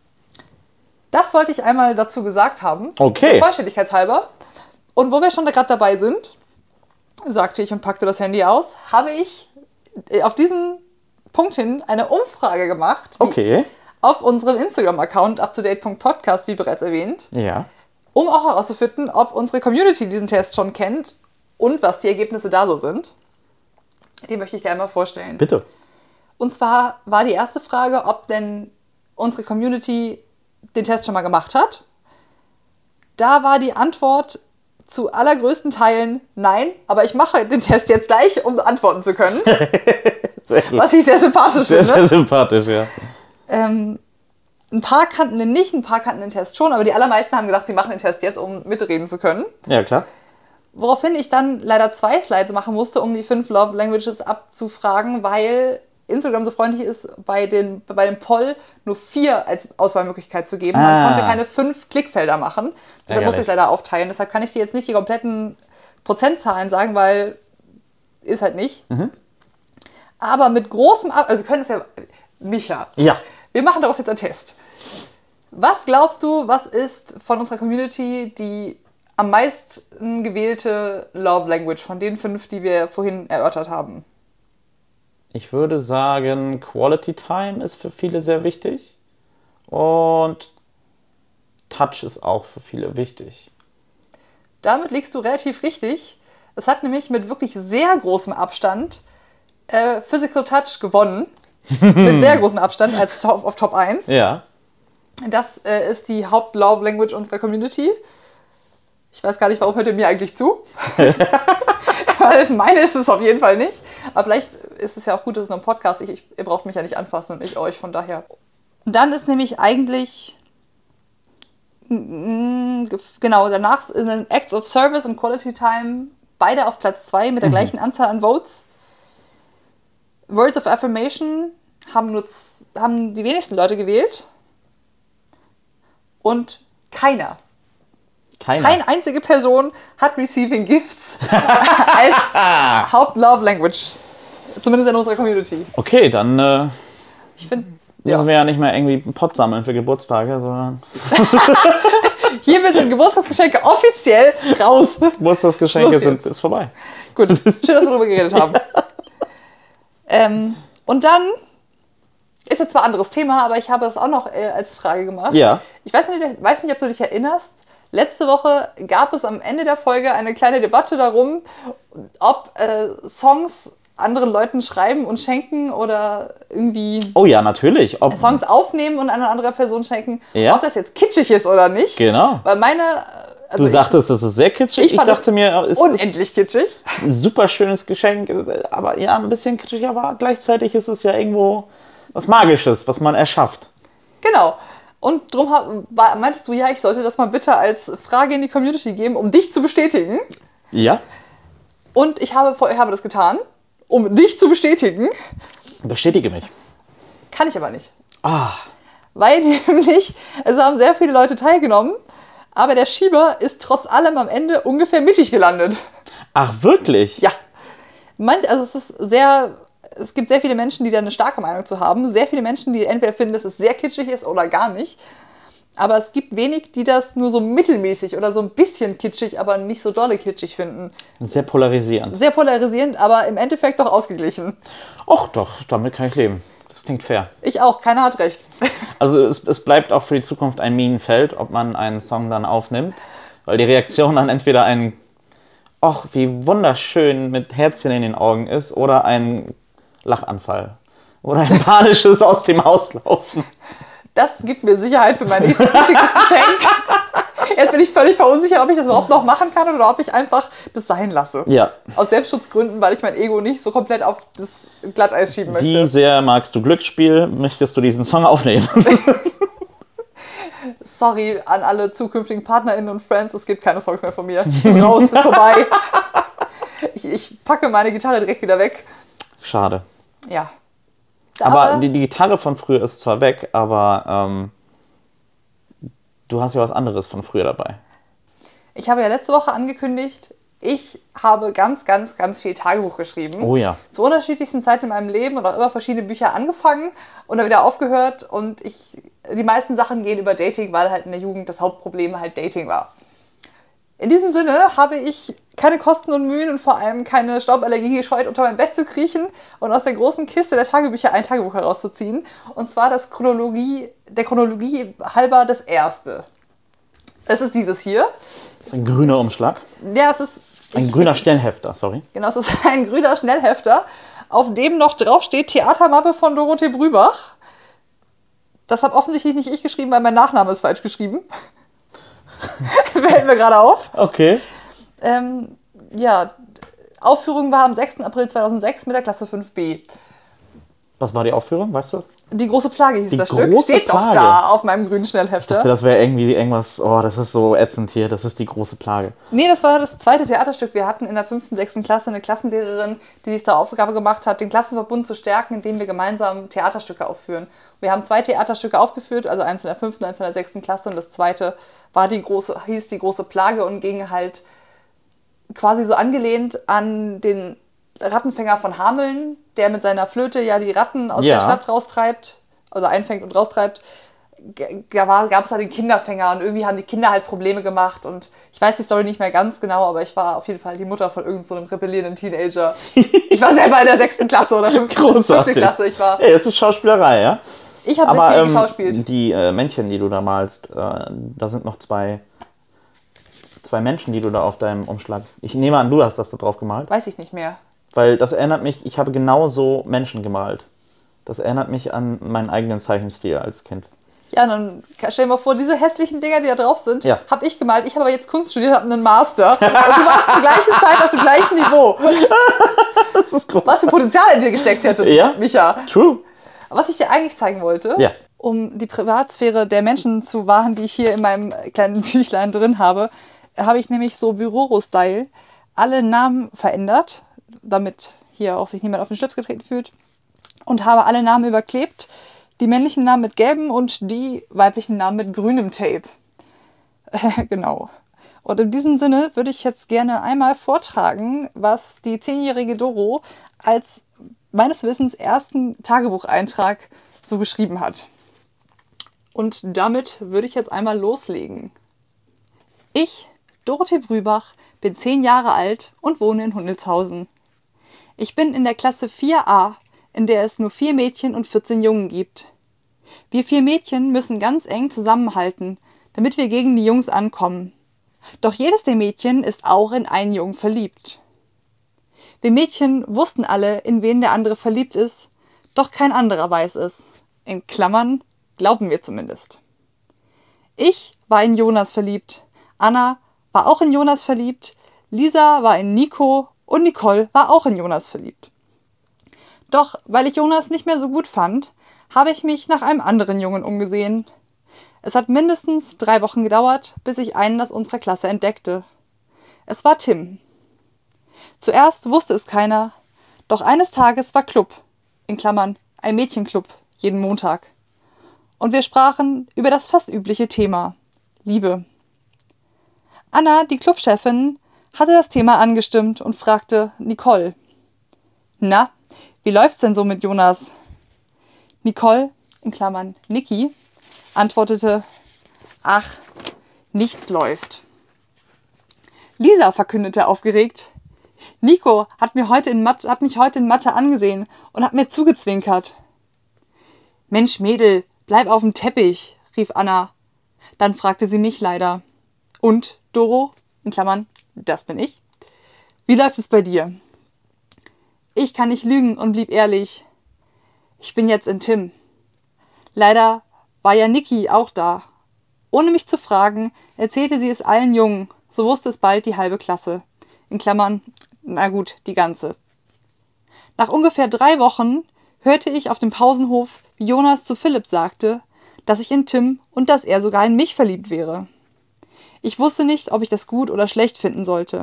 Das wollte ich einmal dazu gesagt haben. Okay. Der Vollständigkeitshalber. Und wo wir schon gerade dabei sind, sagte ich und packte das Handy aus, habe ich auf diesen Punkt hin eine Umfrage gemacht. die Okay. Auf unserem Instagram-Account uptodate punkt podcast, wie bereits erwähnt, Ja. um auch herauszufinden, ob unsere Community diesen Test schon kennt und was die Ergebnisse da so sind. Den möchte ich dir einmal vorstellen. Bitte. Und zwar war die erste Frage, ob denn unsere Community den Test schon mal gemacht hat. Da war die Antwort zu allergrößten Teilen nein, aber ich mache den Test jetzt gleich, um antworten zu können. Sehr gut. Was ich sehr sympathisch Sehr, finde. sehr sympathisch, ja. Ähm, ein paar kannten den nicht, ein paar kannten den Test schon, aber die allermeisten haben gesagt, sie machen den Test jetzt, um mitreden zu können. Ja, klar. Woraufhin ich dann leider zwei Slides machen musste, um die fünf Love Languages abzufragen, weil Instagram so freundlich ist, bei, den, bei dem Poll nur vier als Auswahlmöglichkeit zu geben. Man Ah. konnte keine fünf Klickfelder machen. Deshalb musste ich es leider aufteilen. Deshalb kann ich dir jetzt nicht die kompletten Prozentzahlen sagen, weil ist halt nicht. Mhm. Aber mit großem Ab... Also wir können es ja... Micha, Ja. wir machen daraus jetzt einen Test. Was glaubst du, was ist von unserer Community die am meisten gewählte Love Language von den fünf, die wir vorhin erörtert haben? Ich würde sagen, Quality Time ist für viele sehr wichtig. Und Touch ist auch für viele wichtig. Damit liegst du relativ richtig. Es hat nämlich mit wirklich sehr großem Abstand äh, Physical Touch gewonnen. Mit sehr großem Abstand als Top, auf Top eins. Ja. Das äh, ist die Haupt-Love-Language unserer Community. Ich weiß gar nicht, warum hört ihr mir eigentlich zu? Weil meine ist es auf jeden Fall nicht. Aber vielleicht ist es ja auch gut, dass es nur ein Podcast ist. Ich, ihr braucht mich ja nicht anfassen und ich euch, von daher. Und dann ist nämlich eigentlich, mm, genau, danach sind Acts of Service und Quality Time beide auf Platz zwei mit der Mhm. gleichen Anzahl an Votes. Words of Affirmation haben, nur, z- haben die wenigsten Leute gewählt. Und keiner, Keiner. keine einzige Person hat Receiving Gifts als Haupt-Love-Language. Zumindest in unserer Community. Okay, dann äh, Ich finde, müssen ja. wir ja nicht mehr irgendwie einen Pott sammeln für Geburtstage, sondern Hiermit sind Geburtstagsgeschenke offiziell raus. Geburtstagsgeschenke Schluss sind jetzt. ist vorbei. Gut, schön, dass wir darüber geredet haben. Ähm, und dann ist jetzt zwar ein anderes Thema, aber ich habe das auch noch äh, als Frage gemacht. Ja. Ich weiß nicht, weiß nicht, ob du dich erinnerst. Letzte Woche gab es am Ende der Folge eine kleine Debatte darum, ob äh, Songs anderen Leuten schreiben und schenken oder irgendwie Oh ja, natürlich. Ob, Songs aufnehmen und einer anderen Person schenken, Ja. ob das jetzt kitschig ist oder nicht. Genau. Weil meine... Also Du sagtest, es ist sehr kitschig. ich, ich fand dachte es mir, es unendlich kitschig. ist ein super schönes Geschenk. Aber ja, ein bisschen kitschig, aber gleichzeitig ist es ja irgendwo was Magisches, was man erschafft. Genau. Und darum hab, war, meintest du, ja, ich sollte das mal bitte als Frage in die Community geben, um dich zu bestätigen. Ja. Und ich habe, ich habe das getan, um dich zu bestätigen. Bestätige mich. Kann ich aber nicht. Ah. Weil nämlich, es haben sehr viele Leute teilgenommen, aber der Schieber ist trotz allem am Ende ungefähr mittig gelandet. Ach, wirklich? Ja. Manch, also es ist sehr, es gibt sehr viele Menschen, die da eine starke Meinung zu haben. Sehr viele Menschen, die entweder finden, dass es sehr kitschig ist oder gar nicht. Aber es gibt wenig, die das nur so mittelmäßig oder so ein bisschen kitschig, aber nicht so dolle kitschig finden. Sehr polarisierend. Sehr polarisierend, aber im Endeffekt doch ausgeglichen. Och, doch, damit kann ich leben. Das klingt fair. Ich auch, keiner hat recht. Also es, es bleibt auch für die Zukunft ein Minenfeld, ob man einen Song dann aufnimmt. Weil die Reaktion dann entweder ein Och, wie wunderschön mit Herzchen in den Augen ist oder ein Lachanfall. Oder ein panisches aus dem Haus laufen. Das gibt mir Sicherheit für mein nächstes kitschiges Geschenk. Jetzt bin ich völlig verunsichert, ob ich das überhaupt noch machen kann oder ob ich einfach das sein lasse. Ja. Aus Selbstschutzgründen, weil ich mein Ego nicht so komplett auf das Glatteis schieben möchte. Wie sehr magst du Glücksspiel? Möchtest du diesen Song aufnehmen? Sorry an alle zukünftigen PartnerInnen und Friends, es gibt keine Songs mehr von mir. Ist raus, ist vorbei. Ich, ich packe meine Gitarre direkt wieder weg. Schade. Ja. Aber die, die Gitarre von früher ist zwar weg, aber ähm, du hast ja was anderes von früher dabei. Ich habe ja letzte Woche angekündigt, ich habe ganz, ganz, ganz viel Tagebuch geschrieben. Oh ja. Zu unterschiedlichsten Zeiten in meinem Leben und auch immer verschiedene Bücher angefangen und dann wieder aufgehört. Und ich, die meisten Sachen gehen über Dating, weil halt in der Jugend das Hauptproblem halt Dating war. In diesem Sinne habe ich keine Kosten und Mühen und vor allem keine Stauballergie gescheut, unter mein Bett zu kriechen und aus der großen Kiste der Tagebücher ein Tagebuch herauszuziehen. Und zwar das Chronologie, der Chronologie halber das erste. Es ist dieses hier. Das ist ein grüner Umschlag. Ja, es ist... Ein ich, grüner Schnellhefter, sorry. Genau, es ist ein grüner Schnellhefter, auf dem noch drauf steht Theatermappe von Dorothee Brübach. Das habe offensichtlich nicht ich geschrieben, weil mein Nachname ist falsch geschrieben. Fällt mir gerade auf. Okay. Ähm, ja, Aufführung war am sechsten April zweitausendsechs mit der Klasse fünf b. Was war die Aufführung, weißt du das? Die große Plage hieß Die das Stück. große Steht Plage? doch da auf meinem grünen Schnellhefter. Das wäre irgendwie irgendwas, oh, das ist so ätzend hier, das ist die große Plage. Nee, das war das zweite Theaterstück. Wir hatten in der fünften, sechsten Klasse eine Klassenlehrerin, die sich zur Aufgabe gemacht hat, den Klassenverbund zu stärken, indem wir gemeinsam Theaterstücke aufführen. Wir haben zwei Theaterstücke aufgeführt, also eins in der fünften, eins in der sechsten Klasse und das zweite war die große, hieß die große Plage und ging halt quasi so angelehnt an den Rattenfänger von Hameln, der mit seiner Flöte ja die Ratten aus Ja. der Stadt raustreibt, also einfängt und raustreibt. Da gab es da den Kinderfänger und irgendwie haben die Kinder halt Probleme gemacht und ich weiß die Story nicht mehr ganz genau, aber ich war auf jeden Fall die Mutter von irgendeinem so einem rebellierenden Teenager. Ich war selber in der sechsten Klasse oder fünften, fünften Klasse. Ich war. Hey, das ist Schauspielerei, ja? Ich habe sehr Aber viel ähm, geschauspielt. die äh, Männchen, die du da malst, äh, da sind noch zwei, zwei Menschen, die du da auf deinem Umschlag... Ich nehme an, du hast das da drauf gemalt. Weiß ich nicht mehr. Weil das erinnert mich, ich habe genau so Menschen gemalt. Das erinnert mich an meinen eigenen Zeichenstil als Kind. Ja, dann stell dir mal vor, diese hässlichen Dinger, die da drauf sind, Ja. habe ich gemalt. Ich habe aber jetzt Kunst studiert, habe einen Master. Und du warst zur gleichen Zeit auf dem gleichen Niveau. Das ist groß. Was für Potenzial in dir gesteckt hätte, Ja. Micha. True. Was ich dir eigentlich zeigen wollte, Ja. um die Privatsphäre der Menschen zu wahren, die ich hier in meinem kleinen Büchlein drin habe, habe ich nämlich so Büroro-Style alle Namen verändert, damit hier auch sich niemand auf den Schlips getreten fühlt. Und habe alle Namen überklebt. Die männlichen Namen mit gelbem und die weiblichen Namen mit grünem Tape. Genau. Und in diesem Sinne würde ich jetzt gerne einmal vortragen, was die zehnjährige Doro als meines Wissens ersten Tagebucheintrag so geschrieben hat. Und damit würde ich jetzt einmal loslegen. Ich, Dorothee Brübach, bin zehn Jahre alt und wohne in Hundeltshausen. Ich bin in der Klasse vier a in der es nur vier Mädchen und vierzehn Jungen gibt. Wir vier Mädchen müssen ganz eng zusammenhalten, damit wir gegen die Jungs ankommen. Doch jedes der Mädchen ist auch in einen Jungen verliebt. Wir Mädchen wussten alle, in wen der andere verliebt ist, doch kein anderer weiß es. In Klammern, glauben wir zumindest. Ich war in Jonas verliebt, Anna war auch in Jonas verliebt, Lisa war in Nico und Nicole war auch in Jonas verliebt. Doch weil ich Jonas nicht mehr so gut fand, habe ich mich nach einem anderen Jungen umgesehen. Es hat mindestens drei Wochen gedauert, bis ich einen aus unserer Klasse entdeckte. Es war Tim. Zuerst wusste es keiner, doch eines Tages war Club, in Klammern ein Mädchenclub, jeden Montag. Und wir sprachen über das fast übliche Thema, Liebe. Anna, die Clubchefin, hatte das Thema angestimmt und fragte Nicole: Na, wie läuft's denn so mit Jonas? Nicole, in Klammern Niki, antwortete: Ach, nichts läuft. Lisa verkündete aufgeregt: Nico hat, mir heute in Mathe, hat mich heute in Mathe angesehen und hat mir zugezwinkert. Mensch, Mädel, bleib auf dem Teppich, rief Anna. Dann fragte sie mich leider: Und, Doro, in Klammern, das bin ich, wie läuft es bei dir? Ich kann nicht lügen und blieb ehrlich. Ich bin jetzt in Tim. Leider war ja Niki auch da. Ohne mich zu fragen, erzählte sie es allen Jungen, so wusste es bald die halbe Klasse. In Klammern, na gut, die ganze. Nach ungefähr drei Wochen hörte ich auf dem Pausenhof, wie Jonas zu Philipp sagte, dass ich in Tim und dass er sogar in mich verliebt wäre. Ich wusste nicht, ob ich das gut oder schlecht finden sollte.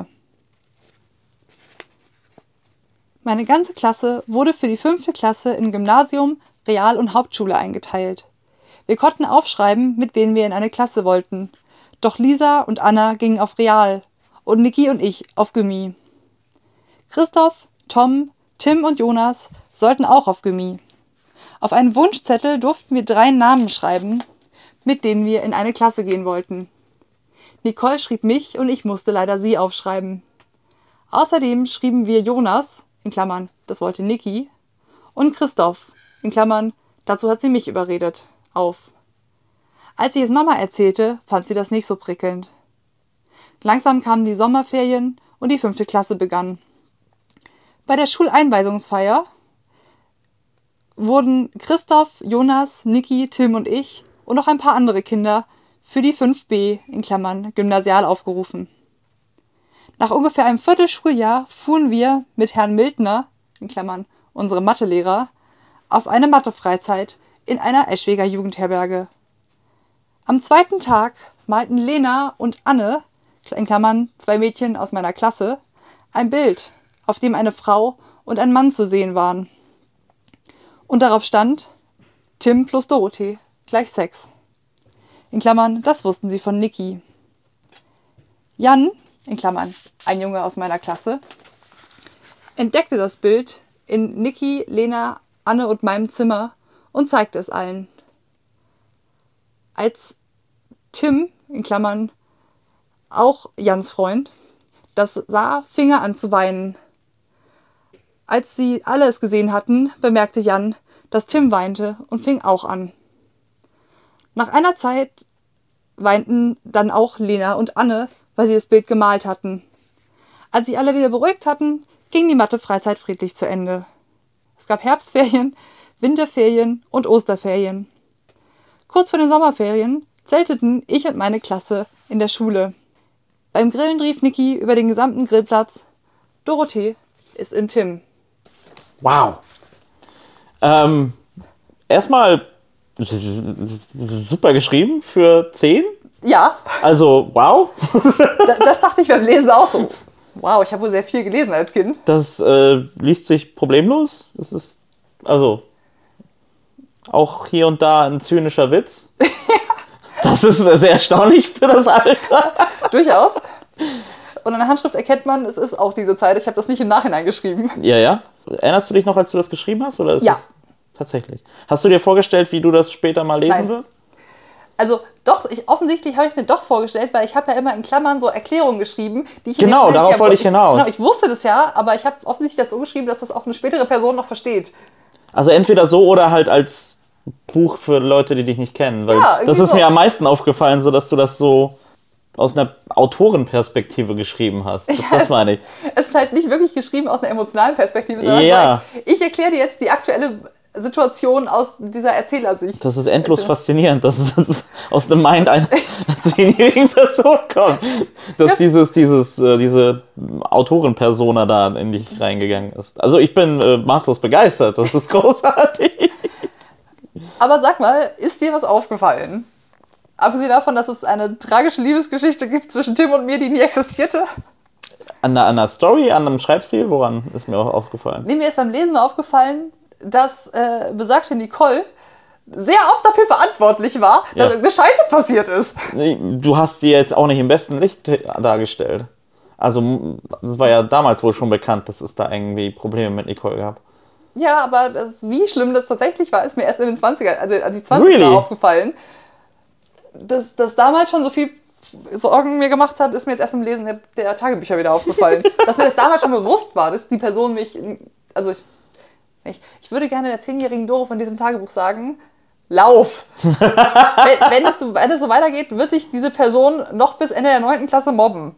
Meine ganze Klasse wurde für die fünfte Klasse in Gymnasium, Real- und Hauptschule eingeteilt. Wir konnten aufschreiben, mit wem wir in eine Klasse wollten. Doch Lisa und Anna gingen auf Real und Niki und ich auf Gymi. Christoph, Tom, Tim und Jonas sollten auch auf Gymi. Auf einen Wunschzettel durften wir drei Namen schreiben, mit denen wir in eine Klasse gehen wollten. Nicole schrieb mich und ich musste leider sie aufschreiben. Außerdem schrieben wir Jonas, in Klammern, das wollte Niki, und Christoph, in Klammern, dazu hat sie mich überredet, auf. Als ich es Mama erzählte, fand sie das nicht so prickelnd. Langsam kamen die Sommerferien und die fünfte Klasse begann. Bei der Schuleinweisungsfeier wurden Christoph, Jonas, Niki, Tim und ich und noch ein paar andere Kinder für die fünf b, in Klammern, Gymnasial aufgerufen. Nach ungefähr einem Viertelschuljahr fuhren wir mit Herrn Mildner, in Klammern, unserem Mathelehrer, auf eine Mathefreizeit in einer Eschweger Jugendherberge. Am zweiten Tag malten Lena und Anne, in Klammern, zwei Mädchen aus meiner Klasse, ein Bild, auf dem eine Frau und ein Mann zu sehen waren. Und darauf stand: Tim plus Dorothee gleich Sex. In Klammern, das wussten sie von Niki. Jan, in Klammern, ein Junge aus meiner Klasse, entdeckte das Bild in Niki, Lena, Anne und meinem Zimmer und zeigte es allen. Als Tim, in Klammern, auch Jans Freund, das sah, fing er an zu weinen. Als sie alle es gesehen hatten, bemerkte Jan, dass Tim weinte und fing auch an. Nach einer Zeit weinten dann auch Lena und Anne, weil sie das Bild gemalt hatten. Als sich alle wieder beruhigt hatten, ging die Mathefreizeit friedlich zu Ende. Es gab Herbstferien, Winterferien und Osterferien. Kurz vor den Sommerferien zelteten ich und meine Klasse in der Schule. Beim Grillen rief Niki über den gesamten Grillplatz: Dorothee ist in Tim. Wow. Ähm, erstmal super geschrieben für zehn. Ja. Also, wow. das, das dachte ich beim Lesen auch so. Wow, ich habe wohl sehr viel gelesen als Kind. Das äh, liest sich problemlos. Das ist, also, auch hier und da ein zynischer Witz. Das ist sehr erstaunlich für das Alter. Durchaus. Und an der Handschrift erkennt man, es ist auch diese Zeit. Ich habe das nicht im Nachhinein geschrieben. Ja, ja. Erinnerst du dich noch, als du das geschrieben hast? Oder ist ja. Das tatsächlich? Hast du dir vorgestellt, wie du das später mal lesen Nein. wirst? Also doch, ich, offensichtlich habe ich mir doch vorgestellt, weil ich habe ja immer in Klammern so Erklärungen geschrieben, die ich... Genau, in dem darauf ja, wollte ich hinaus. Genau, ich wusste das ja, aber ich habe offensichtlich das so geschrieben, dass das auch eine spätere Person noch versteht. Also entweder so oder halt als Buch für Leute, die dich nicht kennen. Weil Ja, das ist so. mir am meisten aufgefallen, so dass du das so aus einer Autorenperspektive geschrieben hast. Das, Ja, das meine ich. Es ist halt nicht wirklich geschrieben aus einer emotionalen Perspektive, sondern Ja. so, ich, ich erkläre dir jetzt die aktuelle Situation aus dieser Erzählersicht. Das ist endlos faszinierend, dass es aus dem Mind einer zehnjährigen Person kommt. Dass Ja. dieses, dieses, äh, diese Autorenpersona da in dich reingegangen ist. Also ich bin äh, maßlos begeistert. Das ist großartig. Aber sag mal, ist dir was aufgefallen? Abgesehen davon, dass es eine tragische Liebesgeschichte gibt zwischen Tim und mir, die nie existierte. An einer, an einer Story, an einem Schreibstil, woran ist mir auch aufgefallen? Nee, mir ist beim Lesen aufgefallen, dass äh, besagte Nicole sehr oft dafür verantwortlich war, dass Ja. irgendeine Scheiße passiert ist. Du hast sie jetzt auch nicht im besten Licht dargestellt. Also es war ja damals wohl schon bekannt, dass es da irgendwie Probleme mit Nicole gab. Ja, aber das, wie schlimm das tatsächlich war, ist mir erst in den zwanzigern, also als ich zwanzig Really? war, aufgefallen. Dass das damals schon so viel Sorgen mir gemacht hat, ist mir jetzt erst beim Lesen der, der Tagebücher wieder aufgefallen. Dass mir das damals schon bewusst war, dass die Person mich, also ich, ich, ich würde gerne der zehnjährigen Doro von diesem Tagebuch sagen, lauf! wenn, wenn, es, wenn es so weitergeht, wird sich diese Person noch bis Ende der neunten Klasse mobben.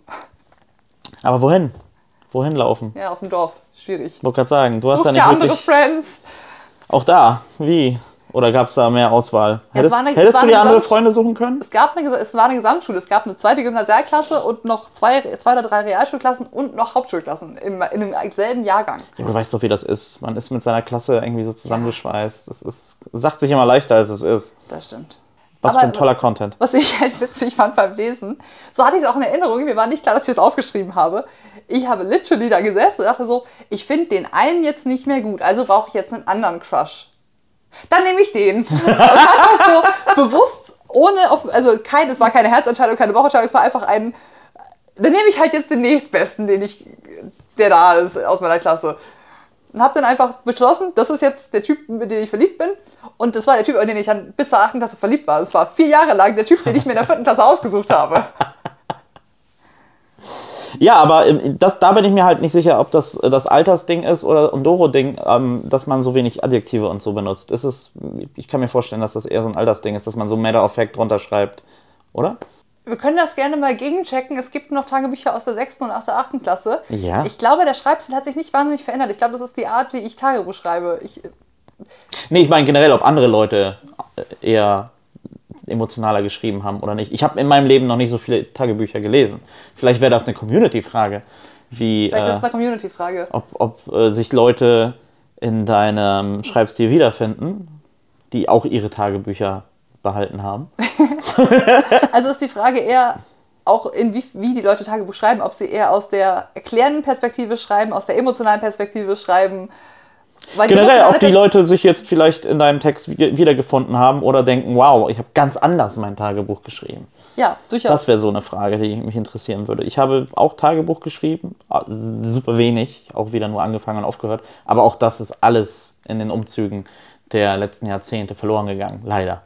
Aber wohin? Wohin laufen? Ja, auf dem Dorf. Schwierig. Ich wollte gerade sagen, du hast Such ja dir nicht andere wirklich... Friends. Auch da, wie? Oder gab es da mehr Auswahl? Ja, es Hättest, war eine- es hättest war du dir eine andere Gesamt- Freunde suchen können? Es, gab eine, es war eine Gesamtschule. Es gab eine zweite Gymnasialklasse und noch zwei, zwei oder drei Realschulklassen und noch Hauptschulklassen im, in dem selben Jahrgang. Ja, du weißt doch, wie das ist. Man ist mit seiner Klasse irgendwie so zusammengeschweißt. Das ist, sagt sich immer leichter, als es ist. Das stimmt. Was Aber für ein toller Content. Was ich halt witzig fand beim Lesen, so hatte ich es auch in Erinnerung, mir war nicht klar, dass ich das aufgeschrieben habe. Ich habe literally da gesessen und dachte so, ich finde den einen jetzt nicht mehr gut, also brauche ich jetzt einen anderen Crush. Dann nehme ich den. Und habe halt so bewusst, ohne, auf, also kein, es war keine Herzentscheidung, keine Bauchentscheidung, es war einfach ein, dann nehme ich halt jetzt den nächstbesten, den ich, der da ist aus meiner Klasse. Und habe dann einfach beschlossen, das ist jetzt der Typ, mit dem ich verliebt bin. Und das war der Typ, in den ich dann bis zur achten Klasse verliebt war. Das war vier Jahre lang der Typ, den ich mir in der vierten Klasse ausgesucht habe. Ja, aber ähm, das, da bin ich mir halt nicht sicher, ob das äh, das Altersding ist oder ein Doro-Ding, ähm, dass man so wenig Adjektive und so benutzt. Ist es, ich kann mir vorstellen, dass das eher so ein Altersding ist, dass man so Matter of Fact drunter schreibt, oder? Wir können das gerne mal gegenchecken. Es gibt noch Tagebücher aus der sechsten und aus der achten Klasse. Ja. Ich glaube, der Schreibstil hat sich nicht wahnsinnig verändert. Ich glaube, das ist die Art, wie ich Tagebuch schreibe. Ich, Nee, ich meine generell, ob andere Leute äh, eher emotionaler geschrieben haben oder nicht. Ich habe in meinem Leben noch nicht so viele Tagebücher gelesen. Vielleicht wäre das eine Community-Frage, wie vielleicht ist äh, es eine Community-Frage. ob, ob äh, sich Leute in deinem Schreibstil wiederfinden, die auch ihre Tagebücher behalten haben. Also ist die Frage eher auch, in wie, wie die Leute Tagebuch schreiben, ob sie eher aus der erklärenden Perspektive schreiben, aus der emotionalen Perspektive schreiben. Weil Generell, ob die emotionale Leute sich jetzt vielleicht in deinem Text wi- wiedergefunden haben oder denken, wow, ich habe ganz anders mein Tagebuch geschrieben. Pers- Ja, durchaus. Das wäre so eine Frage, die mich interessieren würde. Ich habe auch Tagebuch geschrieben, ah, s- super wenig, auch wieder nur angefangen und aufgehört. Aber auch das ist alles in den Umzügen der letzten Jahrzehnte verloren gegangen, leider.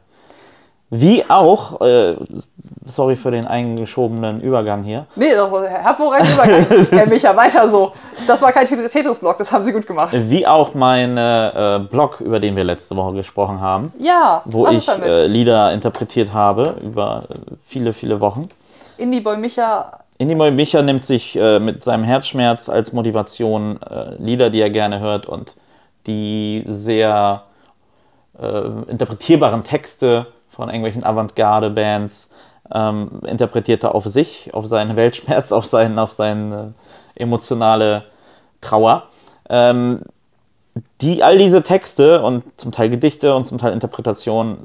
Wie auch, äh, sorry für den eingeschobenen Übergang hier, Nee, das ist ein hervorragender Übergang. Herr Micha, weiter so. Das war kein Tetris-Block, das haben Sie gut gemacht. wie auch mein äh, Blog, über den wir letzte Woche gesprochen haben, Ja, wo was ich ist damit? äh, Lieder interpretiert habe über äh, viele, viele Wochen. Indie-Boy Micha, Indie-Boy Micha nimmt sich äh, mit seinem Herzschmerz als Motivation äh, Lieder, die er gerne hört und die sehr äh, interpretierbaren Texte von irgendwelchen Avantgarde-Bands ähm, interpretiert er auf sich, auf seinen Weltschmerz, auf, seinen, auf seine emotionale Trauer. Ähm, die, all diese Texte und zum Teil Gedichte und zum Teil Interpretationen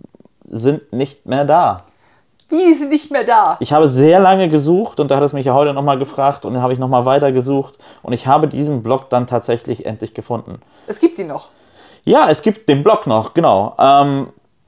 sind nicht mehr da. wie ist sie nicht mehr da? Ich habe sehr lange gesucht und da hat es mich ja heute nochmal gefragt und dann habe ich nochmal weiter gesucht und ich habe diesen Blog dann tatsächlich endlich gefunden. Es gibt ihn noch. Ja, es gibt den Blog noch, genau. Ähm,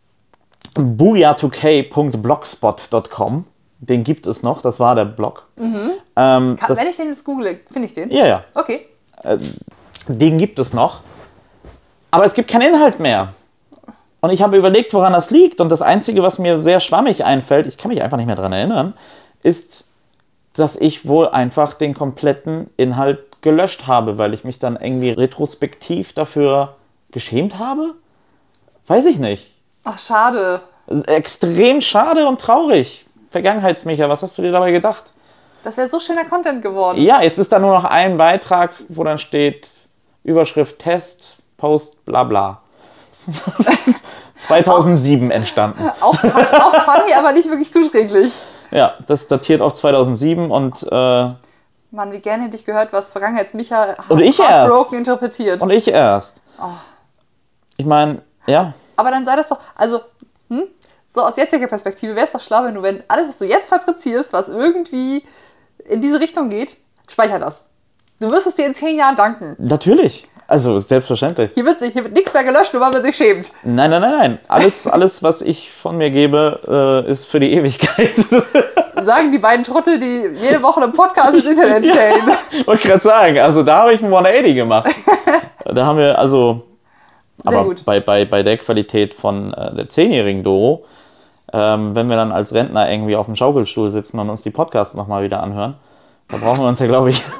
booyah two k Punkt blogspot Punkt com, den gibt es noch, das war der Blog. Mhm. Ähm, Kann, das, wenn ich den jetzt google, finde ich den? ja, ja, Okay. den gibt es noch, aber es gibt keinen Inhalt mehr. Und ich habe überlegt, woran das liegt und das Einzige, was mir sehr schwammig einfällt, ich kann mich einfach nicht mehr daran erinnern, ist, dass ich wohl einfach den kompletten Inhalt gelöscht habe, weil ich mich dann irgendwie retrospektiv dafür geschämt habe? Weiß ich nicht. Ach, schade. Extrem schade und traurig. Vergangenheitsmicha, was hast du dir dabei gedacht? Das wäre so schöner Content geworden. Ja, jetzt ist da nur noch ein Beitrag, wo dann steht Überschrift Test, Post, bla bla. zweitausendsieben entstanden. Auch, auch funny, aber nicht wirklich zuträglich. Ja, das datiert auf zweitausendsieben und... Äh, Mann, wie gerne hätte ich gehört, was Vergangenheitsmicha und ich heartbroken interpretiert. Und ich erst. Oh. Ich meine, ja. Aber dann sei das doch, also, hm, so aus jetziger Perspektive wäre es doch schlau, wenn du, wenn alles, was du jetzt fabrizierst, was irgendwie in diese Richtung geht, speicher das. Du wirst es dir in zehn Jahren danken. Natürlich. Also, selbstverständlich. Hier wird, sich, hier wird nichts mehr gelöscht, nur weil man sich schämt. Nein, nein, nein, nein. Alles, alles was ich von mir gebe, äh, ist für die Ewigkeit. Sagen die beiden Trottel, die jede Woche einen Podcast ins Internet stellen. Ja, wollte ich gerade sagen. Also, da habe ich ein hundertachtzig gemacht. Da haben wir, also... Sehr aber gut. Bei, bei, bei der Qualität von äh, der zehnjährigen Doro, ähm, wenn wir dann als Rentner irgendwie auf dem Schaukelstuhl sitzen und uns die Podcasts nochmal wieder anhören, da brauchen wir uns ja, glaube ich...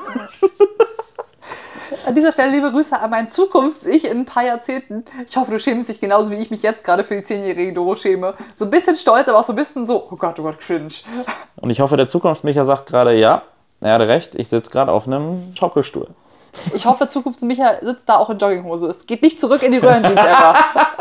An dieser Stelle liebe Grüße an mein Zukunfts-Ich in ein paar Jahrzehnten. Ich hoffe, du schämst dich genauso, wie ich mich jetzt gerade für die zehnjährige Doro schäme. So ein bisschen stolz, aber auch so ein bisschen so, oh Gott, oh Gott, cringe. Und ich hoffe, der Zukunftsmicha sagt gerade, ja, er hatte recht, ich sitze gerade auf einem Schaukelstuhl. Ich hoffe, Zukunftsmicha sitzt da auch in Jogginghose. Es geht nicht zurück in die Röhrendienst-Ära.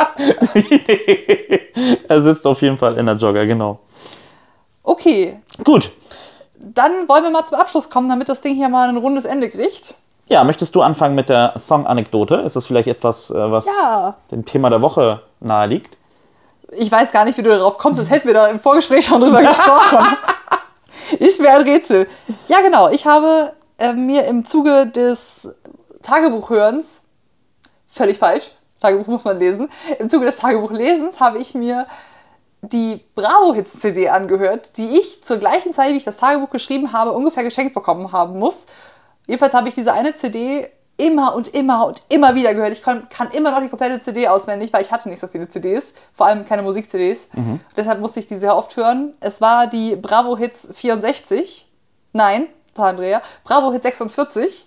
Er sitzt auf jeden Fall in der Jogger, genau. Okay. Gut. Dann wollen wir mal zum Abschluss kommen, damit das Ding hier mal ein rundes Ende kriegt. Ja, möchtest du anfangen mit der Song-Anekdote? Ist das vielleicht etwas, was Ja. dem Thema der Woche nahe liegt? Ich weiß gar nicht, wie du darauf kommst. Das hätten wir da im Vorgespräch schon drüber gesprochen. Ist mir ein Rätsel. Ja, genau. Ich habe äh, mir im Zuge des Tagebuchhörens, völlig falsch, Tagebuch muss man lesen, im Zuge des Tagebuchlesens habe ich mir die Bravo-Hits-C D angehört, die ich zur gleichen Zeit, wie ich das Tagebuch geschrieben habe, ungefähr geschenkt bekommen haben muss. Jedenfalls habe ich diese eine C D immer und immer und immer wieder gehört. Ich kann, kann immer noch die komplette C D auswendig, weil ich hatte nicht so viele C Ds, vor allem keine Musik-C Ds. Mhm. Deshalb musste ich die sehr oft hören. Es war die Bravo Hits vierundsechzig. Nein, das war Andrea. Bravo Hits sechsundvierzig.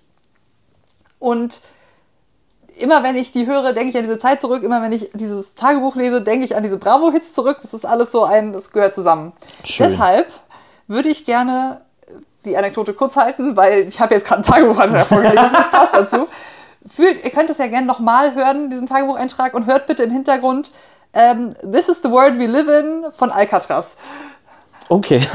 Und immer wenn ich die höre, denke ich an diese Zeit zurück. Immer wenn ich dieses Tagebuch lese, denke ich an diese Bravo Hits zurück. Das ist alles so ein, das gehört zusammen. Schön. Deshalb würde ich gerne die Anekdote kurz halten, weil ich habe jetzt gerade ein Tagebucheintrag vorgelesen, das passt dazu. Fühlt, ihr könnt es ja gerne nochmal hören, diesen Tagebucheintrag, und hört bitte im Hintergrund ähm, This is the World We Live In von Alcatraz. Okay.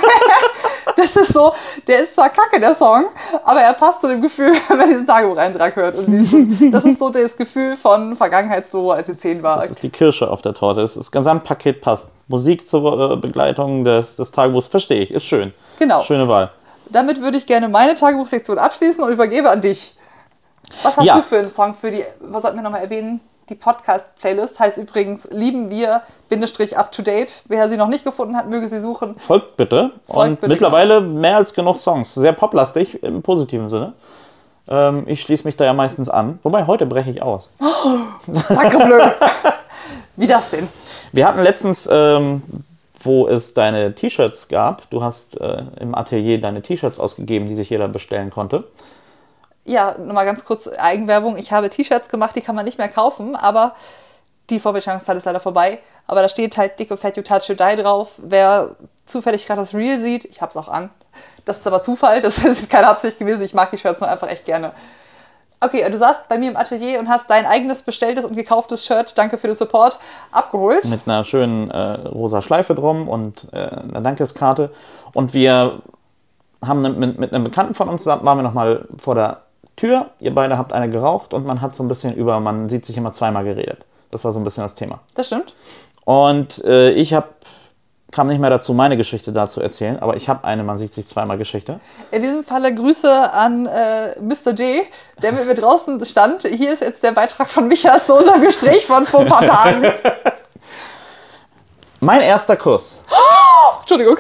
Das ist so, der ist zwar kacke, der Song, aber er passt zu dem Gefühl, wenn man diesen Tagebucheintrag hört. Und diesen, das ist so das Gefühl von Vergangenheitsdoro, als sie zehn war. Das ist die Kirsche auf der Torte. Das Gesamtpaket passt. Musik zur Begleitung des, des Tagebuchs, verstehe ich, ist schön. Genau. Schöne Wahl. Damit würde ich gerne meine Tagebuchsektion abschließen und übergebe an dich. Was hast ja. du für einen Song für die, was sollten wir nochmal erwähnen? Die Podcast-Playlist heißt übrigens Lieben wir, Bindestrich up to date. Wer sie noch nicht gefunden hat, möge sie suchen. Folgt bitte. Folgt und bitte, mittlerweile genau. Mehr als genug Songs. Sehr poplastig im positiven Sinne. Ähm, ich schließe mich da ja meistens an. Wobei, heute breche ich aus. Oh, Sacrebleu. Wie das denn? Wir hatten letztens, ähm, wo es deine T-Shirts gab, du hast äh, im Atelier deine T-Shirts ausgegeben, die sich jeder bestellen konnte. Ja, nochmal ganz kurz Eigenwerbung. Ich habe T-Shirts gemacht, die kann man nicht mehr kaufen, aber die Vorbestellungszeit ist leider vorbei. Aber da steht halt Dick und Fat You Touch You Die drauf. Wer zufällig gerade das Reel sieht, ich hab's auch an. Das ist aber Zufall, das ist keine Absicht gewesen. Ich mag die Shirts nur einfach echt gerne. Okay, du saßt bei mir im Atelier und hast dein eigenes bestelltes und gekauftes Shirt, danke für den Support, abgeholt. Mit einer schönen äh, rosa Schleife drum und äh, einer Dankeskarte. Und wir haben mit, mit einem Bekannten von uns zusammen, waren wir nochmal vor der Tür. Ihr beide habt eine geraucht und man hat so ein bisschen über, man sieht sich immer zweimal geredet. Das war so ein bisschen das Thema. Das stimmt. Und äh, ich hab, kam nicht mehr dazu, meine Geschichte da zu erzählen, aber ich habe eine, man sieht sich zweimal Geschichte. In diesem Falle Grüße an äh, Mister J, der mit mir draußen stand. Hier ist jetzt der Beitrag von Micha zu unserem Gespräch von vor ein paar Tagen. Mein erster Kuss. Oh, Entschuldigung.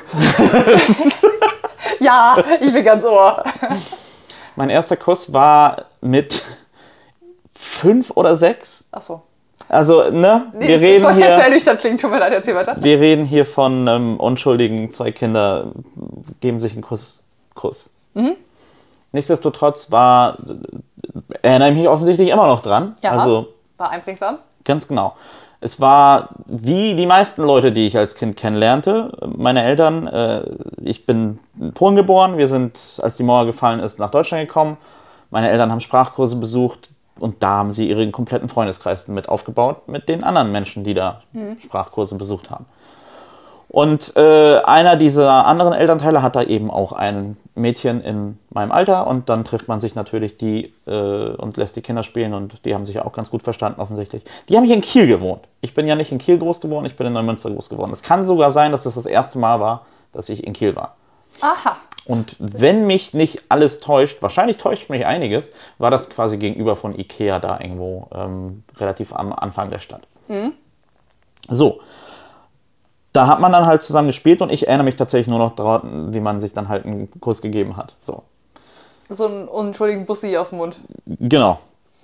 Ja, ich bin ganz ohr. Mein erster Kuss war mit fünf oder sechs. Ach so. Also, ne, Nee, wir reden ich hier... jetzt nüchtern klingt, tut mir leid, erzähl weiter. Wir reden hier von ähm, unschuldigen, zwei Kinder geben sich einen Kuss. Kuss. Mhm. Nichtsdestotrotz war, erinnere ich mich offensichtlich immer noch dran. Ja, Also War einprägsam? Ganz genau. Es war wie die meisten Leute, die ich als Kind kennenlernte. Meine Eltern, äh, ich bin in Polen geboren, wir sind, als die Mauer gefallen ist, nach Deutschland gekommen. Meine Eltern haben Sprachkurse besucht und da haben sie ihren kompletten Freundeskreis mit aufgebaut, mit den anderen Menschen, die da mhm. Sprachkurse besucht haben. Und äh, einer dieser anderen Elternteile hat da eben auch ein Mädchen in meinem Alter und dann trifft man sich natürlich die äh, und lässt die Kinder spielen und die haben sich ja auch ganz gut verstanden offensichtlich. Die haben hier in Kiel gewohnt. Ich bin ja nicht in Kiel groß geworden, ich bin in Neumünster groß geworden. Es kann sogar sein, dass das das erste Mal war, dass ich in Kiel war. Aha. Und wenn mich nicht alles täuscht, wahrscheinlich täuscht mich einiges, war das quasi gegenüber von Ikea da irgendwo ähm, relativ am Anfang der Stadt. Mhm. So. Da hat man dann halt zusammen gespielt und ich erinnere mich tatsächlich nur noch daran, wie man sich dann halt einen Kuss gegeben hat. So, so einen unentschuldigten Bussi auf dem Mund. Genau.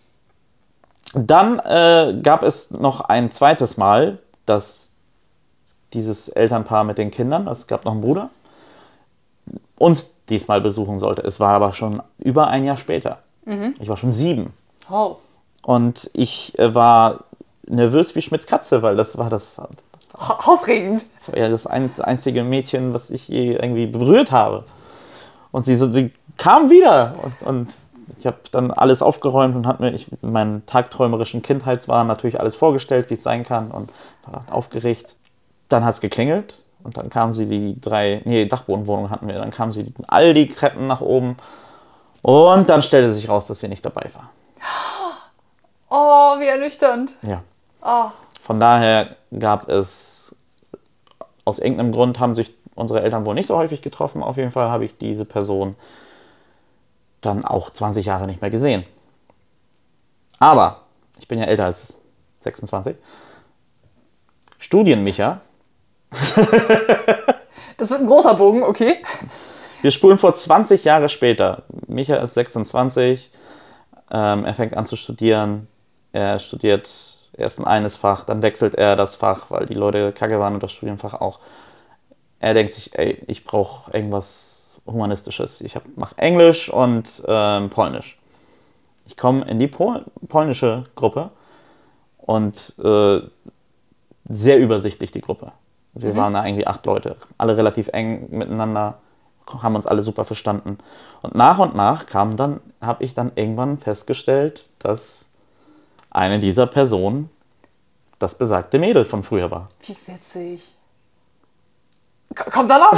Dann äh, gab es noch ein zweites Mal, dass dieses Elternpaar mit den Kindern, es gab noch einen Bruder, uns diesmal besuchen sollte. Es war aber schon über ein Jahr später. Mhm. Ich war schon sieben. Oh. Und ich äh, war nervös wie Schmitz Katze, weil das war das... Aufregend. Das war ja das einzige Mädchen, was ich je irgendwie berührt habe. Und sie, sie kam wieder und, und ich habe dann alles aufgeräumt und habe mir ich, meinen tagträumerischen Kindheitswahn natürlich alles vorgestellt, wie es sein kann und war aufgeregt. Dann hat es geklingelt und dann kamen sie die drei, nee, Dachbodenwohnung hatten wir, dann kamen sie all die Treppen nach oben und dann stellte sich raus, dass sie nicht dabei war. Oh, wie ernüchternd. Ja. Oh. Von daher gab es, aus irgendeinem Grund haben sich unsere Eltern wohl nicht so häufig getroffen. Auf jeden Fall habe ich diese Person dann auch zwanzig Jahre nicht mehr gesehen. Aber, ich bin ja älter als sechsundzwanzig, Studienmicha. Das wird ein großer Bogen, okay. Wir spulen vor zwanzig Jahre später. Micha ist sechsundzwanzig, ähm, er fängt an zu studieren, er studiert... Erst ein eines Fach, dann wechselt er das Fach, weil die Leute kacke waren und das Studienfach auch. Er denkt sich, ey, ich brauche irgendwas Humanistisches. Ich mache Englisch und ähm, Polnisch. Ich komme in die Pol- polnische Gruppe und äh, sehr übersichtlich die Gruppe. Wir mhm. waren da irgendwie acht Leute, alle relativ eng miteinander, haben uns alle super verstanden. Und nach und nach kam dann, habe ich dann irgendwann festgestellt, dass eine dieser Personen das besagte Mädel von früher war. Wie witzig. K- kommt da noch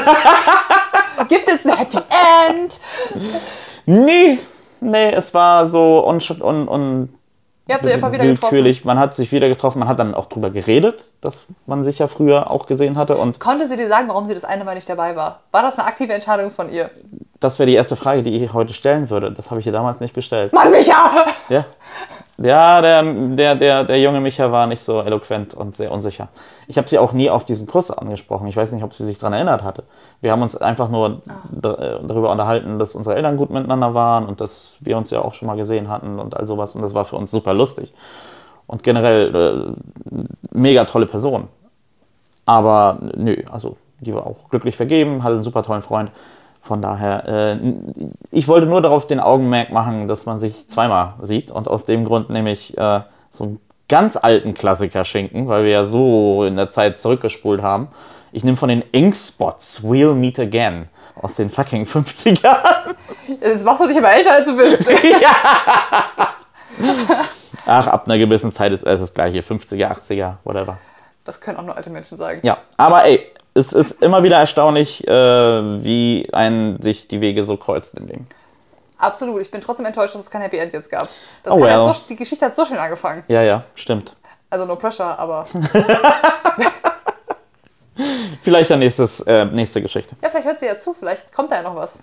was? Gibt es ein Happy End? Nee, nee, es war so un... un, un Ihr habt euch einfach wieder getroffen? Man hat sich wieder getroffen, man hat dann auch drüber geredet, dass man sich ja früher auch gesehen hatte. Und konnte sie dir sagen, warum sie das eine Mal nicht dabei war? War das eine aktive Entscheidung von ihr? Das wäre die erste Frage, die ich heute stellen würde. Das habe ich ihr damals nicht gestellt. Mann, Micha! Ja. Ja, der, der, der, der junge Micha war nicht so eloquent und sehr unsicher. Ich habe sie auch nie auf diesen Kuss angesprochen. Ich weiß nicht, ob sie sich daran erinnert hatte. Wir haben uns einfach nur ah. d- darüber unterhalten, dass unsere Eltern gut miteinander waren und dass wir uns ja auch schon mal gesehen hatten und all sowas. Und das war für uns super lustig. Und generell äh, mega tolle Person. Aber nö, also die war auch glücklich vergeben, hatte einen super tollen Freund. Von daher, äh, ich wollte nur darauf den Augenmerk machen, dass man sich zweimal sieht. Und aus dem Grund nehme ich äh, so einen ganz alten Klassiker Schinken, weil wir ja so in der Zeit zurückgespult haben. Ich nehme von den Ink-Spots We'll Meet Again aus den fucking fünfzigern. Jetzt machst du dich aber älter, als du bist. Ja. Ach, ab einer gewissen Zeit ist alles das gleiche. fünfziger, achtziger, whatever. Das können auch nur alte Menschen sagen. Ja, aber ey, es ist immer wieder erstaunlich, äh, wie einen sich die Wege so kreuzen im Leben. Absolut. Ich bin trotzdem enttäuscht, dass es kein Happy End jetzt gab. Das oh well. so, die Geschichte hat so schön angefangen. Ja, ja, stimmt. Also no pressure, aber... Vielleicht dann nächstes, äh, nächste Geschichte. Ja, vielleicht hört sie ja zu. Vielleicht kommt da ja noch was.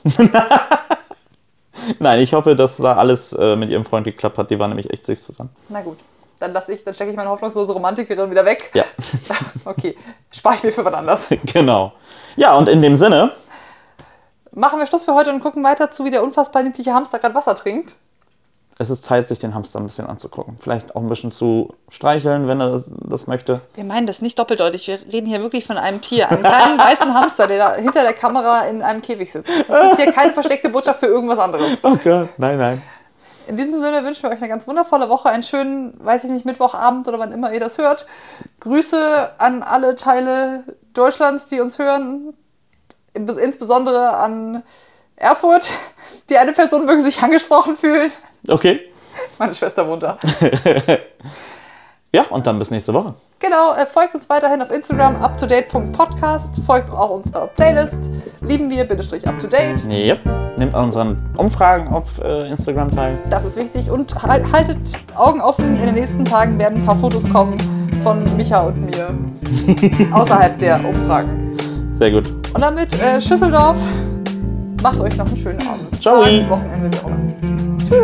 Nein, ich hoffe, dass da alles äh, mit ihrem Freund geklappt hat. Die waren nämlich echt süß zusammen. Na gut. Dann lasse ich, dann stecke ich meine hoffnungslose Romantikerin wieder weg. Ja. Okay, spare ich mir für was anderes. Genau. Ja, und in dem Sinne... Machen wir Schluss für heute und gucken weiter zu, wie der unfassbar niedliche Hamster gerade Wasser trinkt. Es ist Zeit, sich den Hamster ein bisschen anzugucken. Vielleicht auch ein bisschen zu streicheln, wenn er das, das möchte. Wir meinen das nicht doppeldeutig. Wir reden hier wirklich von einem Tier. Einem kleinen weißen Hamster, der da hinter der Kamera in einem Käfig sitzt. Das ist hier keine versteckte Botschaft für irgendwas anderes. Oh Gott, nein, nein. In diesem Sinne wünschen wir euch eine ganz wundervolle Woche, einen schönen, weiß ich nicht, Mittwochabend oder wann immer ihr das hört. Grüße an alle Teile Deutschlands, die uns hören, insbesondere an Erfurt. Die eine Person möge sich angesprochen fühlen. Okay. Meine Schwester wohnt da. Ja, und dann bis nächste Woche. Genau, äh, folgt uns weiterhin auf Instagram, uptodate punkt podcast, folgt auch unserer Playlist, lieben wir, Bindestrich uptodate. Yep. Nehmt an unseren Umfragen auf äh, Instagram teil. Das ist wichtig und halt, haltet Augen offen, in den nächsten Tagen werden ein paar Fotos kommen von Micha und mir, außerhalb der Umfragen. Sehr gut. Und damit äh, Schüsseldorf, macht euch noch einen schönen Abend. Ciao. Tag, Wochenende, wie auch immer. Tschüss.